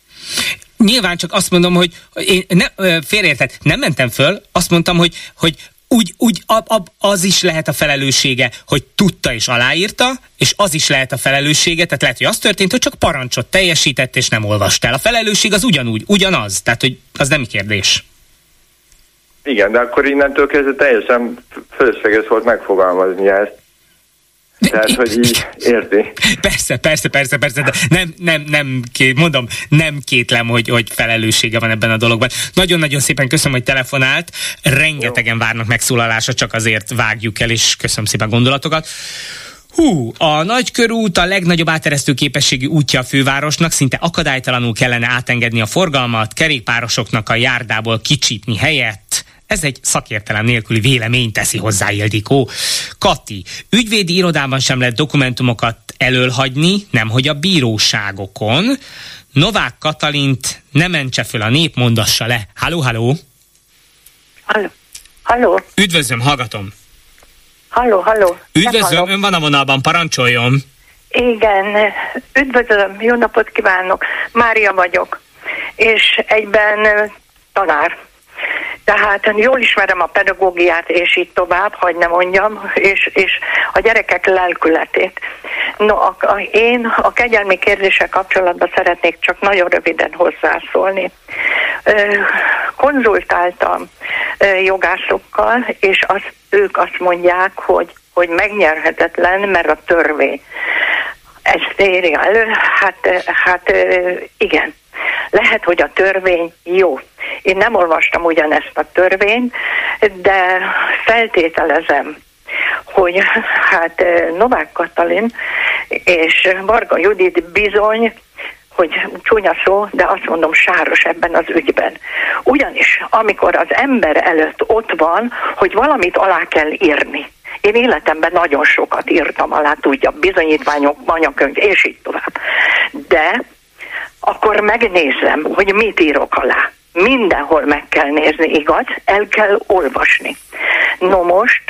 Nyilván csak azt mondom, hogy én ne, félreérted, nem mentem föl, azt mondtam, hogy, hogy úgy, úgy ab, ab, az is lehet a felelőssége, hogy tudta és aláírta, és az is lehet a felelőssége, tehát lehet, hogy az történt, hogy csak parancsot teljesített és nem olvasta el. A felelősség az ugyanúgy, ugyanaz, tehát hogy az nem kérdés. Igen, de akkor innentől kezdve teljesen fölösleges volt megfogalmazni ezt. Tehát, hogy így érti. Persze, persze, persze, persze, de nem, nem, nem, mondom, nem kétlem, hogy, hogy felelőssége van ebben a dologban. Nagyon-nagyon szépen köszönöm, hogy telefonált. Rengetegen várnak megszólalásra, csak azért vágjuk el, és köszönöm szépen gondolatokat. Hú, a Nagykörút a legnagyobb áteresztő képességű útja a fővárosnak, szinte akadálytalanul kellene átengedni a forgalmat, kerékpárosoknak a járdából kicsípni helyett. Ez egy szakértelem nélküli vélemény, teszi hozzá Ildikó. Kati, ügyvédi irodában sem lehet dokumentumokat elölhagyni, nemhogy a bíróságokon. Novák Katalint ne mentse föl a nép, mondassa le. Halló, halló! Halló, halló! Üdvözlöm, hallgatom! Halló, halló! Üdvözlöm, ön van a vonalban, parancsoljon! Igen, üdvözlöm, jó napot kívánok! Mária vagyok, és egyben tanár. Tehát jól ismerem a pedagógiát, és így tovább, hogy ne mondjam, és, és a gyerekek lelkületét. No, a, a, én a kegyelmi kérdéssel kapcsolatban szeretnék csak nagyon röviden hozzászólni. Ö, konzultáltam ö, jogászokkal, és az, ők azt mondják, hogy, hogy megnyerhetetlen, mert a törvény ezt éri elő. Hát, hát igen. Lehet, hogy a törvény jó. Én nem olvastam ugyanezt a törvényt, de feltételezem, hogy hát Novák Katalin és Varga Judit bizony, hogy csúnya szó, de azt mondom sáros ebben az ügyben. Ugyanis amikor az ember előtt ott van, hogy valamit alá kell írni. Én életemben nagyon sokat írtam alá, tudja, bizonyítványok, anyakönyv, és így tovább. De akkor megnézem, hogy mit írok alá. Mindenhol meg kell nézni, igaz? El kell olvasni. No most,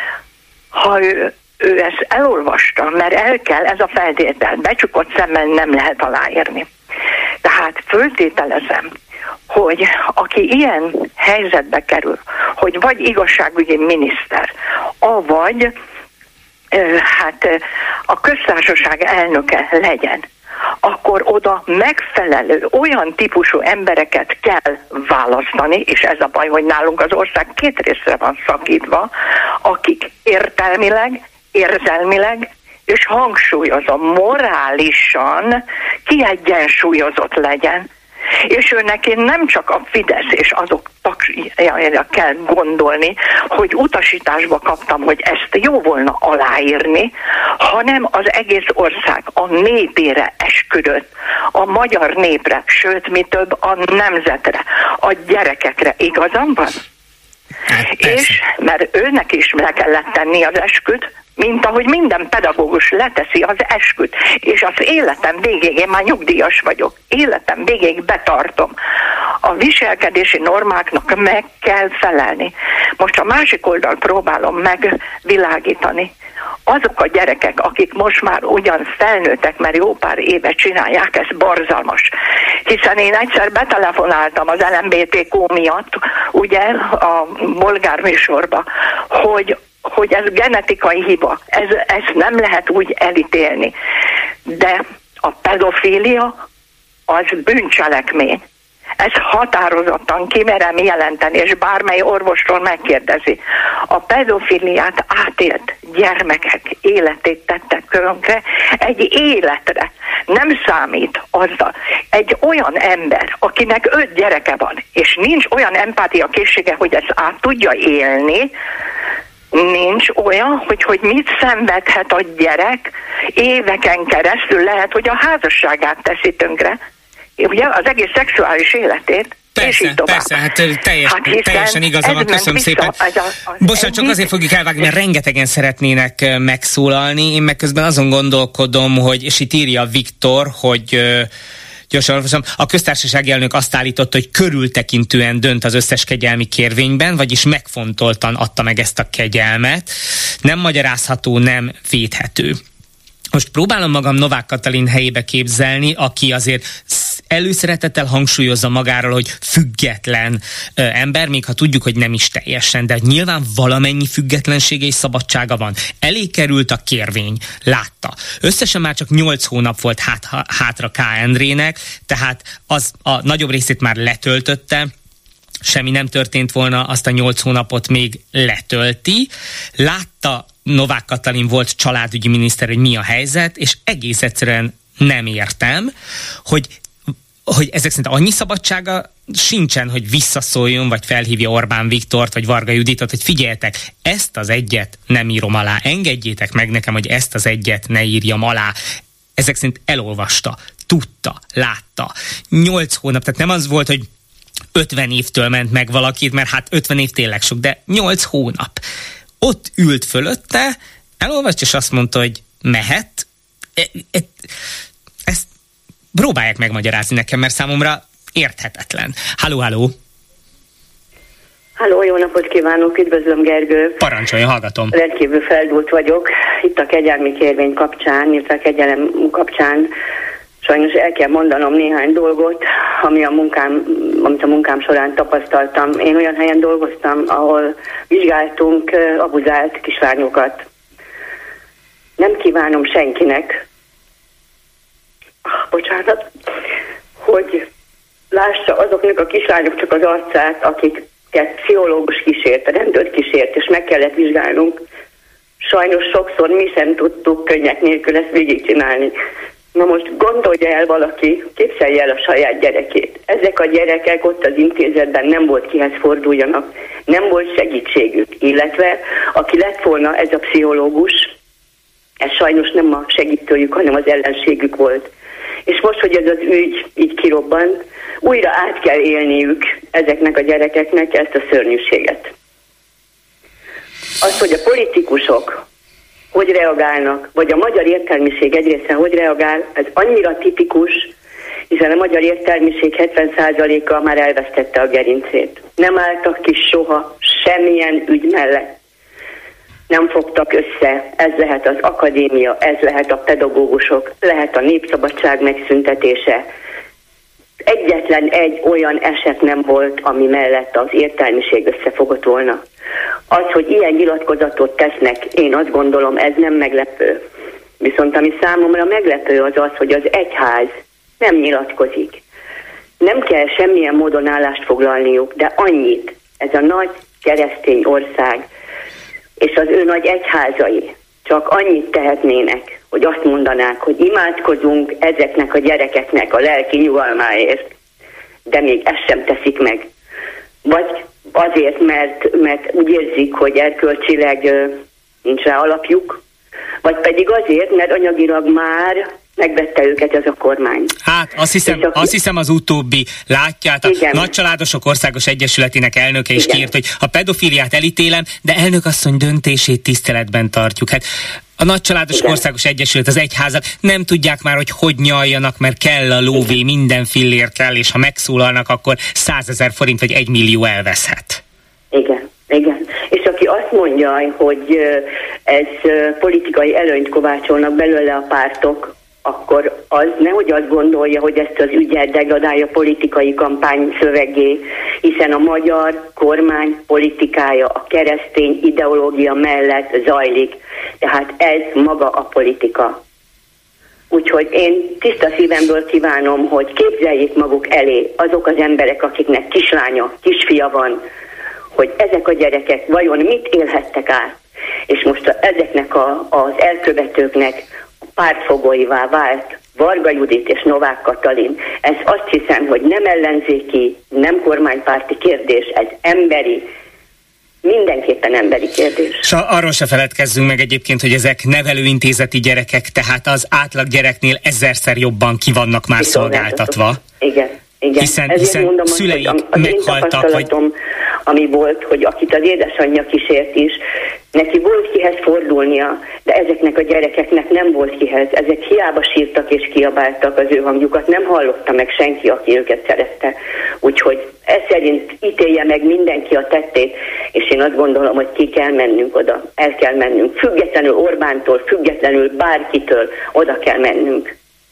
ha ő, ő ezt elolvasta, mert el kell, ez a feltétel, becsukott szemmel nem lehet aláírni. Tehát föltételezem, hogy aki ilyen helyzetbe kerül, hogy vagy igazságügyi miniszter, avagy hát a köztársaság elnöke legyen, akkor oda megfelelő, olyan típusú embereket kell választani, és ez a baj, hogy nálunk az ország két részre van szakítva, akik értelmileg, érzelmileg, és hangsúlyozom, morálisan kiegyensúlyozott legyen. És ő neki nem csak a Fidesz és azok taxjára kell gondolni, hogy utasításba kaptam, hogy ezt jó volna aláírni, hanem az egész ország a népére esküdött, a magyar népre, sőt, mi több, a nemzetre, a gyerekekre. Igazam van? És mert őnek is le kellett tenni az esküt, mint ahogy minden pedagógus leteszi az esküt, és az életem végéig, én már nyugdíjas vagyok, életem végéig betartom. A viselkedési normáknak meg kell felelni. Most a másik oldalt próbálom megvilágítani. Azok a gyerekek, akik most már ugyan felnőttek, mert jó pár éve csinálják, ez borzalmas. Hiszen én egyszer betelefonáltam az el em bé té kú miatt, ugye, a bolgár műsorba, hogy hogy ez genetikai hiba, ez, ezt nem lehet úgy elítélni. De a pedofília az bűncselekmény. Ez határozottan kimerem jelenteni, és bármely orvostól megkérdezi. A pedofiliát átélt gyermekek életét tettek tönkre egy életre. Nem számít azzal. Egy olyan ember, akinek öt gyereke van, és nincs olyan empátia készsége, hogy ezt át tudja élni, nincs olyan, hogy, hogy mit szenvedhet a gyerek éveken keresztül, lehet, hogy a házasságát teszi tönkre, ugye, az egész szexuális életét. Persze, persze, hát, teljes, hát teljesen igaza van, köszönöm szépen. Bocsánat, csak azért fogjuk elvágni, mert rengetegen szeretnének megszólalni, én meg közben azon gondolkodom, hogy, és itt írja Viktor, hogy gyorsan olvasom, a köztársasági elnök azt állította, hogy körültekintően dönt az összes kegyelmi kérvényben, vagyis megfontoltan adta meg ezt a kegyelmet. Nem magyarázható, nem védhető. Most próbálom magam Novák Katalin helyébe képzelni, aki azért előszeretettel hangsúlyozza magáról, hogy független ö, ember, még ha tudjuk, hogy nem is teljesen, de nyilván valamennyi függetlensége és szabadsága van. Elé került a kérvény, látta. Összesen már csak nyolc hónap volt hát, hátra K. Endrének, tehát az a nagyobb részét már letöltötte, semmi nem történt volna, azt a nyolc hónapot még letölti. Látta Novák Katalin volt családügyi miniszter, hogy mi a helyzet, és egész egyszerűen nem értem, hogy hogy ezek szerint annyi szabadsága sincsen, hogy visszaszóljon, vagy felhívja Orbán Viktort, vagy Varga Juditot, hogy figyeljetek, ezt az egyet nem írom alá, engedjétek meg nekem, hogy ezt az egyet ne írjam alá. Ezek szerint elolvasta, tudta, látta. Nyolc hónap, tehát nem az volt, hogy ötven évtől ment meg valakit, mert hát ötven év tényleg sok, de nyolc hónap. Ott ült fölötte, elolvast, és azt mondta, hogy mehet. E, e, ezt próbálják megmagyarázni nekem, mert számomra érthetetlen. Halló, halló! Halló, jó napot kívánok, üdvözlöm Gergő! Parancsoljon, hallgatom! Rendkívül feldúlt vagyok. Itt a kegyelmi kérvény kapcsán, itt a kegyelem kapcsán sajnos el kell mondanom néhány dolgot, ami a munkám, amit a munkám során tapasztaltam. Én olyan helyen dolgoztam, ahol vizsgáltunk abuzált kislányokat. Nem kívánom senkinek, bocsánat, hogy lássa azoknak a kislányoknak az arcát, akiket pszichológus kísért, a rendőr kísért, és meg kellett vizsgálnunk. Sajnos sokszor mi sem tudtuk könnyek nélkül ezt végigcsinálni. Na most gondolja el valaki, képzelje el a saját gyerekét. Ezek a gyerekek ott az intézetben nem volt kihez forduljanak, nem volt segítségük, illetve aki lett volna ez a pszichológus, ez sajnos nem a segítőjük, hanem az ellenségük volt. És most, hogy ez az ügy így kirobbant, újra át kell élniük ezeknek a gyerekeknek ezt a szörnyűséget. Az, hogy a politikusok hogy reagálnak, vagy a magyar értelmiség egy része hogy reagál, ez annyira tipikus, hiszen a magyar értelmiség hetven százaléka már elvesztette a gerincét. Nem álltak ki soha semmilyen ügy mellett. Nem fogtak össze, ez lehet az akadémia, ez lehet a pedagógusok, lehet a népszabadság megszüntetése. Egyetlen egy olyan eset nem volt, ami mellett az értelmiség összefogott volna. Az, hogy ilyen nyilatkozatot tesznek, én azt gondolom, ez nem meglepő. Viszont ami számomra meglepő az az, hogy az egyház nem nyilatkozik. Nem kell semmilyen módon állást foglalniuk, de annyit, ez a nagy keresztény ország, és az ő nagy egyházai csak annyit tehetnének, hogy azt mondanák, hogy imádkozunk ezeknek a gyerekeknek a lelki nyugalmáért, de még ezt sem teszik meg. Vagy azért, mert, mert úgy érzik, hogy erkölcsileg nincs rá alapjuk, vagy pedig azért, mert anyagilag már Megvette őket ez a kormány. Hát azt hiszem, aki... azt hiszem az utóbbi. Látjátok, a Nagycsaládosok Országos Egyesületének elnöke is kiírt, hogy a pedofiliát elítélem, de elnök asszony döntését tiszteletben tartjuk. Hát a Nagycsaládosok Igen. Országos Egyesület, az egyházak nem tudják már, hogy hogy nyaljanak, mert kell a lóvé, Igen. minden fillér kell, és ha megszólalnak, akkor százezer forint vagy egy millió elveszhet. Igen. Igen. És aki azt mondja, hogy ez politikai előnyt kovácsolnak belőle a pártok, akkor az nehogy azt gondolja, hogy ezt az ügyet degradálja politikai kampány szövegé, hiszen a magyar kormány politikája a keresztény ideológia mellett zajlik. Tehát ez maga a politika. Úgyhogy én tiszta szívemből kívánom, hogy képzeljék maguk elé azok az emberek, akiknek kislánya, kisfia van, hogy ezek a gyerekek vajon mit élhettek át, és most a, ezeknek a, az elkövetőknek pártfogóivá vált Varga Judit és Novák Katalin. Ez azt hiszem, hogy nem ellenzéki, nem kormánypárti kérdés, ez emberi, mindenképpen emberi kérdés. És arról se feledkezzünk meg egyébként, hogy ezek nevelőintézeti gyerekek, tehát az átlag gyereknél ezerszer jobban ki vannak már szolgáltatva. Igen. Igen. Hiszen, hiszen mondom, szüleik hogy az meghaltak, vagy... ami volt, hogy akit az édesanyja kísért is, neki volt kihez fordulnia, de ezeknek a gyerekeknek nem volt kihez. Ezek hiába sírtak és kiabáltak, az ő hangjukat nem hallotta meg senki, aki őket szerette. Úgyhogy ez szerint ítélje meg mindenki a tettét, és én azt gondolom, hogy ki kell mennünk oda, el kell mennünk. Függetlenül Orbántól, függetlenül bárkitől oda kell mennünk.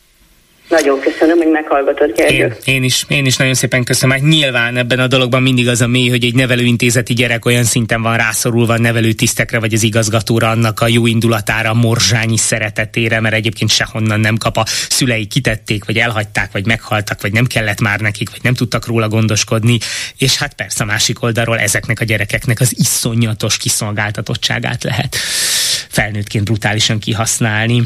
Nagyon köszönöm, hogy meghallgatod, Gergő. Én, én, is, én is nagyon szépen köszönöm. Hát nyilván ebben a dologban mindig az a mély, hogy egy nevelőintézeti gyerek olyan szinten van rászorulva a nevelőtisztekre, vagy az igazgatóra, annak a jó indulatára, morzsányi szeretetére, mert egyébként sehonnan nem kap, a szülei kitették, vagy elhagyták, vagy meghaltak, vagy nem kellett már nekik, vagy nem tudtak róla gondoskodni. És hát persze a másik oldalról ezeknek a gyerekeknek az iszonyatos kiszolgáltatottságát lehet felnőttként brutálisan kihasználni.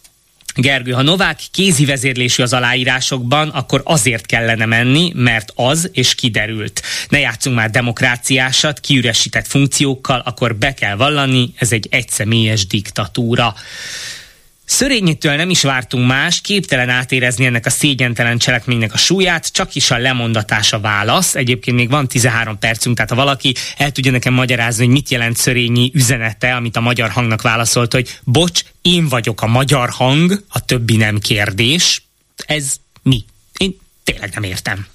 Gergő, ha Novák kézi vezérlésű az aláírásokban, akkor azért kellene menni, mert az, és kiderült. Ne játszunk már demokráciásat, kiüresített funkciókkal, akkor be kell vallani, ez egy egyszemélyes diktatúra. Szörényitől nem is vártunk más, képtelen átérezni ennek a szégyentelen cselekménynek a súlyát, csak is a lemondatás a válasz. Egyébként még van tizenhárom percünk, tehát ha valaki el tudja nekem magyarázni, hogy mit jelent Szörényi üzenete, amit a Magyar Hangnak válaszolt, hogy bocs, én vagyok a Magyar Hang, a többi nem kérdés. Ez mi? Én tényleg nem értem.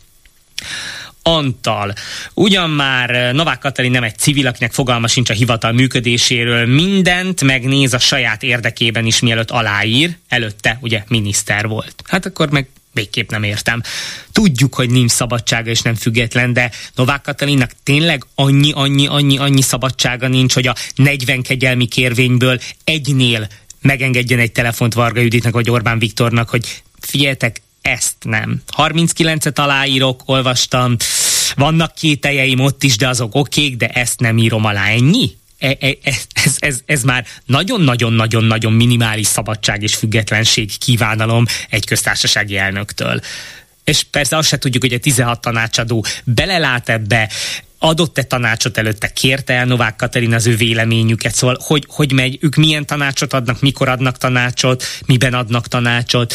Antal. Ugyan már Novák Katalin nem egy civil, akinek fogalma sincs a hivatal működéséről, mindent megnéz a saját érdekében is, mielőtt aláír, előtte ugye miniszter volt. Hát akkor meg végképp nem értem. Tudjuk, hogy nincs szabadsága és nem független, de Novák Katalinnak tényleg annyi, annyi, annyi, annyi szabadsága nincs, hogy a negyven kegyelmi kérvényből egynél megengedjen egy telefont Varga Juditnak vagy Orbán Viktornak, hogy figyeljetek, ezt nem. harminckilencet aláírok, olvastam, vannak kételjeim ott is, de azok okék, de ezt nem írom alá. Ennyi? E, e, ez, ez, ez már nagyon-nagyon-nagyon-nagyon minimális szabadság és függetlenség kívánalom egy köztársasági elnöktől. És persze azt se tudjuk, hogy a tizenhat tanácsadó belelát ebbe, adott-e tanácsot előtte, kérte el Novák Katalin az ő véleményüket, szóval hogy, hogy megy, ők milyen tanácsot adnak, mikor adnak tanácsot, miben adnak tanácsot.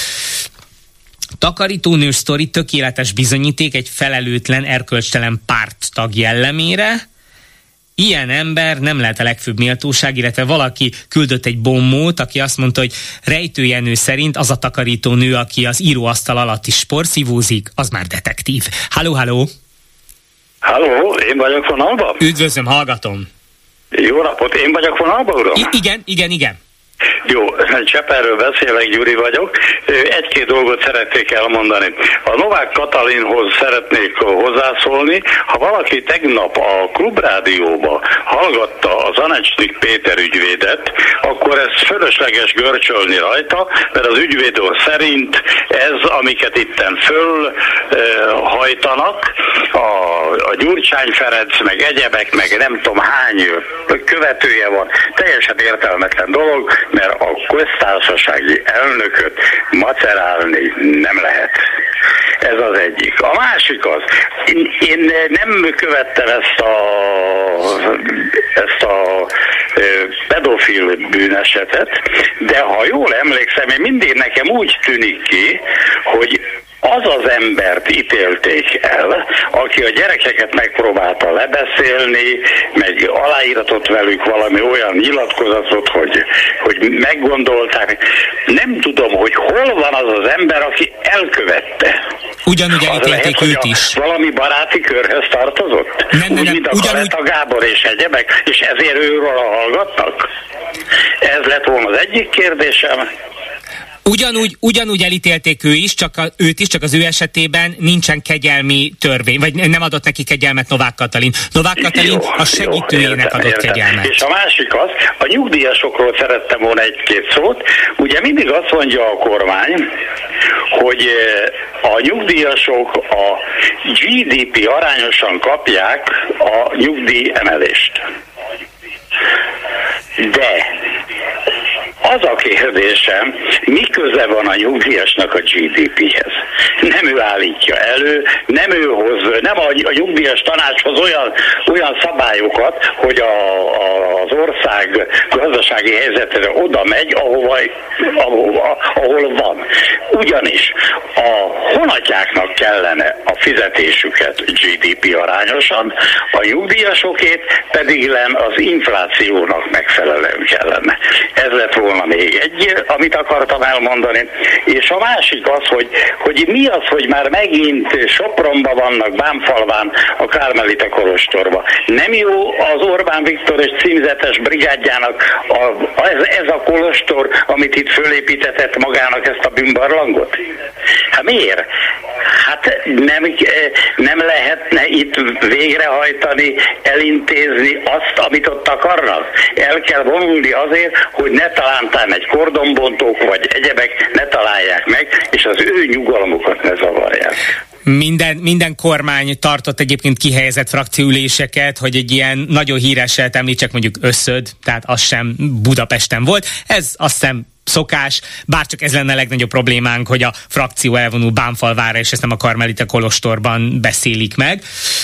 Takarítónő sztori, tökéletes bizonyíték egy felelőtlen, erkölcstelen párttag jellemére. Ilyen ember nem lehet a legfőbb méltóság, illetve valaki küldött egy bombót, aki azt mondta, hogy Rejtő Jenő szerint az a takarítónő, aki az íróasztal alatt is porszívózik, az már detektív. Halló, halló! Halló, én vagyok vonalban? Üdvözlöm, hallgatom! Jó napot, én vagyok vonalban, uram? I- igen, igen, igen. Jó, Cseperről beszélek, Gyuri vagyok. Egy-két dolgot szeretnék elmondani. A Novák Katalinhoz szeretnék hozzászólni. Ha valaki tegnap a Klubrádióba hallgatta az Anecsnik Péter ügyvédet, akkor ez fölösleges görcsölni rajta, mert az ügyvéd szerint ez, amiket itten fölhajtanak, a, a Gyurcsány Ferenc, meg egyebek, meg nem tudom hány követője van, teljesen értelmetlen dolog, mert a köztársasági elnököt macerálni nem lehet. Ez az egyik. A másik az, én, én nem követtem ezt a, ezt a pedofil pedofil bűnesetet, de ha jól emlékszem, én mindig nekem úgy tűnik ki, hogy az az embert ítélték el, aki a gyerekeket megpróbálta lebeszélni, meg aláíratott velük valami olyan nyilatkozatot, hogy, hogy meggondolták. Nem tudom, hogy hol van az az ember, aki elkövette. Ugyanúgy elítélték őt is. Valami baráti körhöz tartozott? Nem, nem, Úgy, nem. mint a Ugyanúgy... Kaleta Gábor és egyebek, és ezért őről hallgatnak? Ez lett volna az egyik kérdésem. Ugyanúgy, ugyanúgy elítélték ő is, csak a, őt is, csak az ő esetében nincsen kegyelmi törvény, vagy nem adott neki kegyelmet Novák Katalin. Novák Katalin jó, a segítőjének jó, értem, adott értem. kegyelmet. És a másik az, a nyugdíjasokról szerettem volna egy-két szót. Ugye mindig azt mondja a kormány, hogy a nyugdíjasok a gé dé pé arányosan kapják a nyugdíj emelést. De az a kérdésem, mi köze van a nyugdíjasnak a gé dé péhez? Nem ő állítja elő, nem ő hoz, nem a, a nyugdíjas tanácshoz olyan, olyan szabályokat, hogy a, a, az ország gazdasági helyzetre oda megy, ahova, ahova, ahol van. Ugyanis a honatjáknak kellene a fizetésüket gé dé pé arányosan, a nyugdíjasokét pedig len az inflációnak megfelelően kellene. Ez lett volna még egy, amit akartam elmondani. És a másik az, hogy, hogy mi az, hogy már megint Sopronban vannak, Bánfalván, a Kármelita kolostorban. Nem jó az Orbán Viktor és címzetes brigádjának a, ez, ez a kolostor, amit itt fölépítetett magának ezt a bűnbarlangot? Hát miért? Hát nem, nem lehetne itt végrehajtani, elintézni azt, amit ott akarnak? El kell vonulni azért, hogy ne talántán egy kordonbontók vagy egyebek ne találják meg, és az ő nyugalmukat ne zavarják. Minden, minden kormány tartott egyébként kihelyezett frakcióüléseket, hogy egy ilyen nagyon híreset említsek, mondjuk Összöd, tehát az sem Budapesten volt. Ez azt hiszem szokás, bárcsak ez lenne a legnagyobb problémánk, hogy a frakció elvonul Bánfalvára, és ezt nem a Karmelita kolostorban beszélik meg.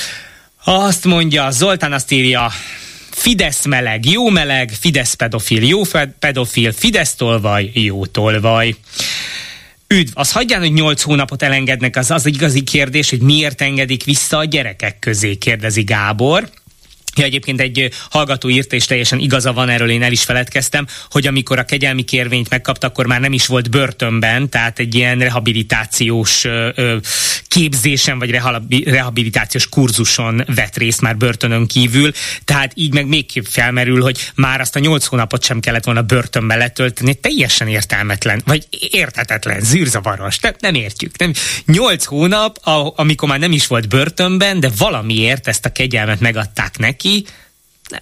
Azt mondja, Zoltán azt írja, Fidesz meleg, jó meleg, Fidesz pedofil, jó pedofil, Fidesz tolvaj, jó tolvaj. Üdv, az hagyján, hogy nyolc hónapot elengednek, az az igazi kérdés, hogy miért engedik vissza a gyerekek közé, kérdezi Gábor. Ja, egyébként egy hallgató írta, és teljesen igaza van, erről én el is feledkeztem, hogy amikor a kegyelmi kérvényt megkapta, akkor már nem is volt börtönben, tehát egy ilyen rehabilitációs ö, ö, képzésen, vagy rehabilitációs kurzuson vett részt már börtönön kívül, tehát így meg még felmerül, hogy már azt a nyolc hónapot sem kellett volna börtönben letölteni, teljesen értelmetlen, vagy érthetetlen, zűrzavaros, nem, nem értjük. Nem. nyolc hónap, a, amikor már nem is volt börtönben, de valamiért ezt a kegyelmet megadták neki. Na,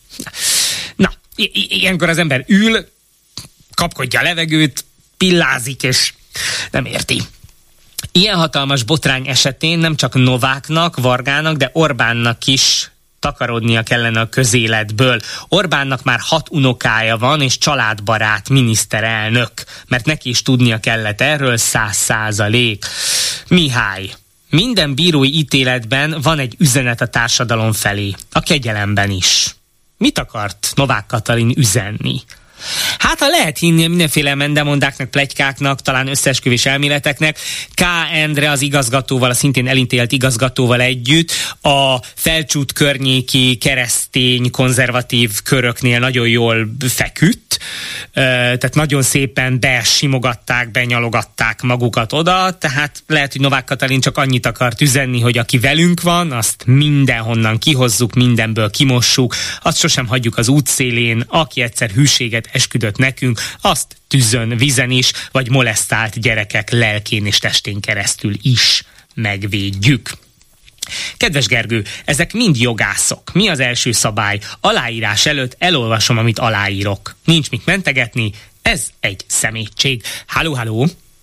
na, ilyenkor az ember ül, kapkodja a levegőt, pillázik, és nem érti. Ilyen hatalmas botrány esetén nem csak Nováknak, Vargának, de Orbánnak is takarodnia kellene a közéletből. Orbánnak már hat unokája van, és családbarát miniszterelnök, mert neki is tudnia kellett erről száz százalék. Mihály. Minden bírói ítéletben van egy üzenet a társadalom felé, a kegyelemben is. Mit akart Novák Katalin üzenni? Hát, ha lehet hinni mindenféle mendemondáknak, pletykáknak, talán összeesküvés elméleteknek, K. Endre az igazgatóval, a szintén elintélt igazgatóval együtt a Felcsút környéki keresztény, konzervatív köröknél nagyon jól feküdt, tehát nagyon szépen besimogatták, benyalogatták magukat oda, tehát lehet, hogy Novák Katalin csak annyit akart üzenni, hogy aki velünk van, azt mindenhonnan kihozzuk, mindenből kimossuk, azt sosem hagyjuk az útszélén, aki egyszer hűséget esküdött nekünk, azt tűzön, vízen is, vagy molesztált gyerekek lelkén és testén keresztül is megvédjük. Kedves Gergő, ezek mind jogászok. Mi az első szabály? Aláírás előtt elolvasom, amit aláírok. Nincs mit mentegetni, ez egy szemétség. Halló, halló!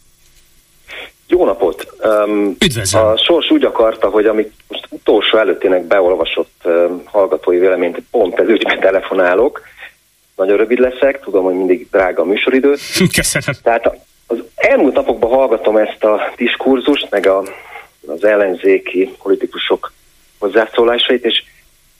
Jó napot! Um, Üdvözlöm! A sors úgy akarta, hogy amit most utolsó előttének beolvasott um, hallgatói véleményt, pont ez ügyben telefonálok. Nagyon rövid leszek, tudom, hogy mindig drága a műsoridő. Köszönöm. Tehát az elmúlt napokban hallgatom ezt a diskurzust, meg a, az ellenzéki politikusok hozzászólásait, és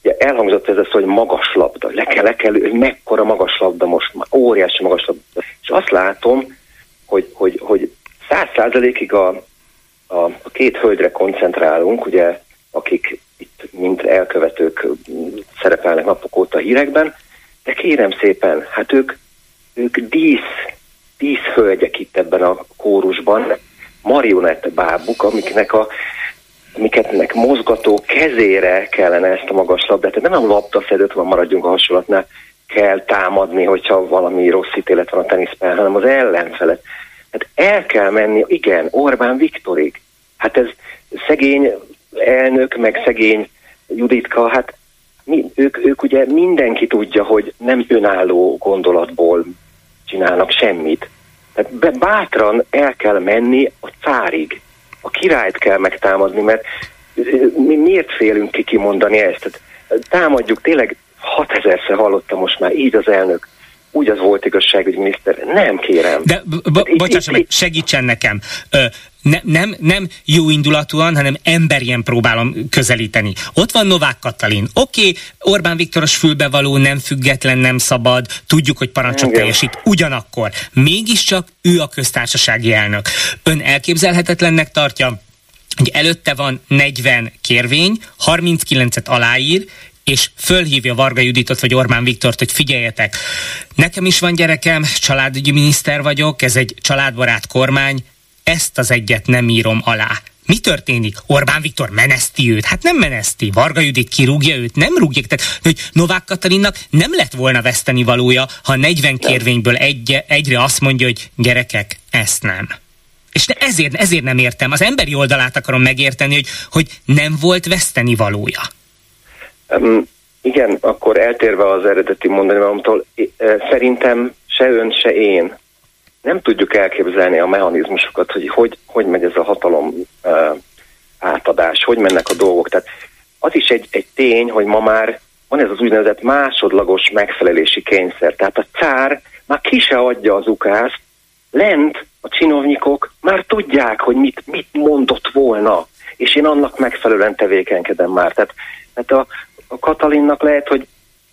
ugye elhangzott ez az, hogy magas labda, le kell, le kell, hogy mekkora magas labda most már, óriási magas labda. És azt látom, hogy, hogy, hogy száz százalékig a, a, a két hölgyre koncentrálunk, ugye, akik itt mint elkövetők szerepelnek napok óta a hírekben, de kérem szépen, hát ők, ők dísz, díszhölgyek itt ebben a kórusban, marionett bábuk, amiknek a amiketnek mozgató kezére kellene ezt a magas labdát, tehát nem a labdafedőt, van, maradjunk a hasonlatnál, kell támadni, hogyha valami rossz ítélet van a teniszpályán, hanem az ellenfelet. Hát el kell menni, igen, Orbán Viktorig. Hát ez szegény elnök, meg szegény Juditka, hát mi, ők, ők ugye mindenki tudja, hogy nem önálló gondolatból csinálnak semmit. Tehát bátran el kell menni a cárig. A királyt kell megtámadni, mert mi miért félünk ki kimondani ezt? Tehát támadjuk, tényleg hatezerszer hallottam most már, így az elnök, úgy az volt igazságügyminiszter. Nem kérem. De b- bocsássa meg, segítsen nekem. Ö, ne, nem, nem jó indulatúan, hanem emberien próbálom közelíteni. Ott van Novák Katalin. Oké, okay, Orbán Viktoros fülbevaló, nem független, nem szabad, tudjuk, hogy parancsot teljesít. Ugyanakkor mégiscsak ő a köztársasági elnök. Ön elképzelhetetlennek tartja, hogy előtte van negyven kérvény, harminckilencet aláír, és fölhívja Varga Juditot vagy Orbán Viktort, hogy figyeljetek, nekem is van gyerekem, családügyi miniszter vagyok, ez egy családbarát kormány, ezt az egyet nem írom alá. Mi történik? Orbán Viktor meneszti őt? Hát nem meneszti. Varga Judit kirúgja őt? Nem rúgják. Tehát, hogy Novák Katalinnak nem lett volna vesztenivalója, ha negyven kérvényből egy, egyre azt mondja, hogy gyerekek, ezt nem. És ezért, ezért nem értem. Az emberi oldalát akarom megérteni, hogy, hogy nem volt vesztenivalója. Um, igen, akkor eltérve az eredeti mondani valamtól, szerintem se ön, se én nem tudjuk elképzelni a mechanizmusokat, hogy hogy, hogy megy ez a hatalom uh, átadás, hogy mennek a dolgok. Tehát az is egy, egy tény, hogy ma már van ez az úgynevezett másodlagos megfelelési kényszer. Tehát a cár már ki se adja az ukázt, lent a csinovnyikok már tudják, hogy mit, mit mondott volna, és én annak megfelelően tevékenykedem már. Tehát, tehát a, a Katalinnak lehet, hogy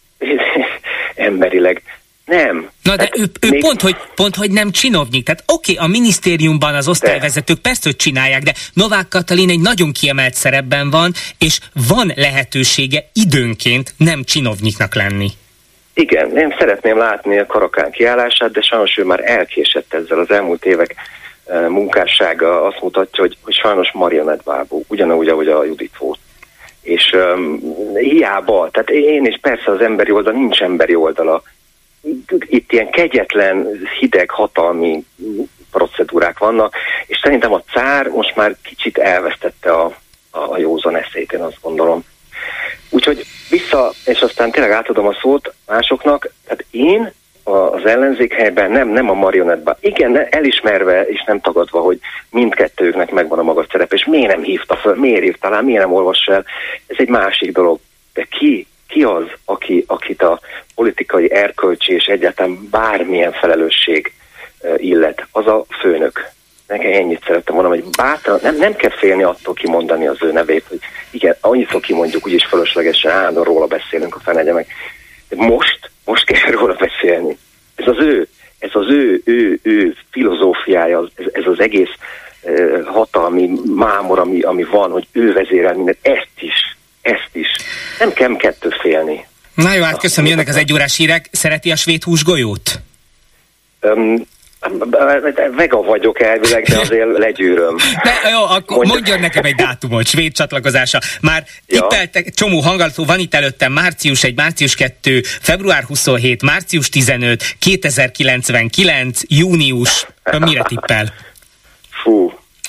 emberileg nem. Na de ő, ő még... pont, hogy, pont, hogy nem csinovnyik. Tehát oké, okay, a minisztériumban az osztályvezetők persze, hogy csinálják, de Novák Katalin egy nagyon kiemelt szerepben van, és van lehetősége időnként nem csinovnyiknak lenni. Igen, én szeretném látni a Karakán kiállását, de sajnos ő már elkésett ezzel. Az elmúlt évek munkássága azt mutatja, hogy, hogy sajnos marionettbábú, ugyanúgy, ahogy a Judit volt. És um, hiába, tehát én is persze az emberi oldal, nincs emberi oldala. Itt ilyen kegyetlen, hideg, hatalmi procedúrák vannak, és szerintem a cár most már kicsit elvesztette a, a józan eszét, én azt gondolom. Úgyhogy vissza, és aztán tényleg átadom a szót másoknak, tehát én az ellenzék helyben nem, nem a marionettben. Igen, elismerve és nem tagadva, hogy mindkettőknek megvan a maga szerep, és miért nem hívta föl, miért hívta talán, miért nem olvassa el, ez egy másik dolog. De ki, ki az, aki, akit a politikai erkölcsi és egyáltalán bármilyen felelősség illet? Az a főnök. Nekem ennyit szerettem volna, hogy bátran, nem, nem kell félni attól kimondani az ő nevét, hogy igen, annyiszor kimondjuk, úgyis fölöslegesen állandóan róla beszélünk, a fenegye meg. De most, most kell róla beszélni. Ez az ő, ez az ő, ő, ő filozófiája, ez, ez az egész uh, hatalmi mámor, ami, ami van, hogy ő vezérel mindent, ezt is, ezt is. Nem kell kettő félni. Na jó, hát köszönöm, jönnek az egyórás hírek. Szereti a svéd húsgolyót? Um, Vega vagyok elvileg, de azért legyűröm. De, jó, akkor Mondja. mondjon nekem egy dátumot, svéd csatlakozása. Már ja. tippeltek, csomó hallgató van itt előttem, március egy, március kettő, február huszonhét, március tizenöt, kétezer-kilencvenkilenc, június. Ön mire tippel? Fú.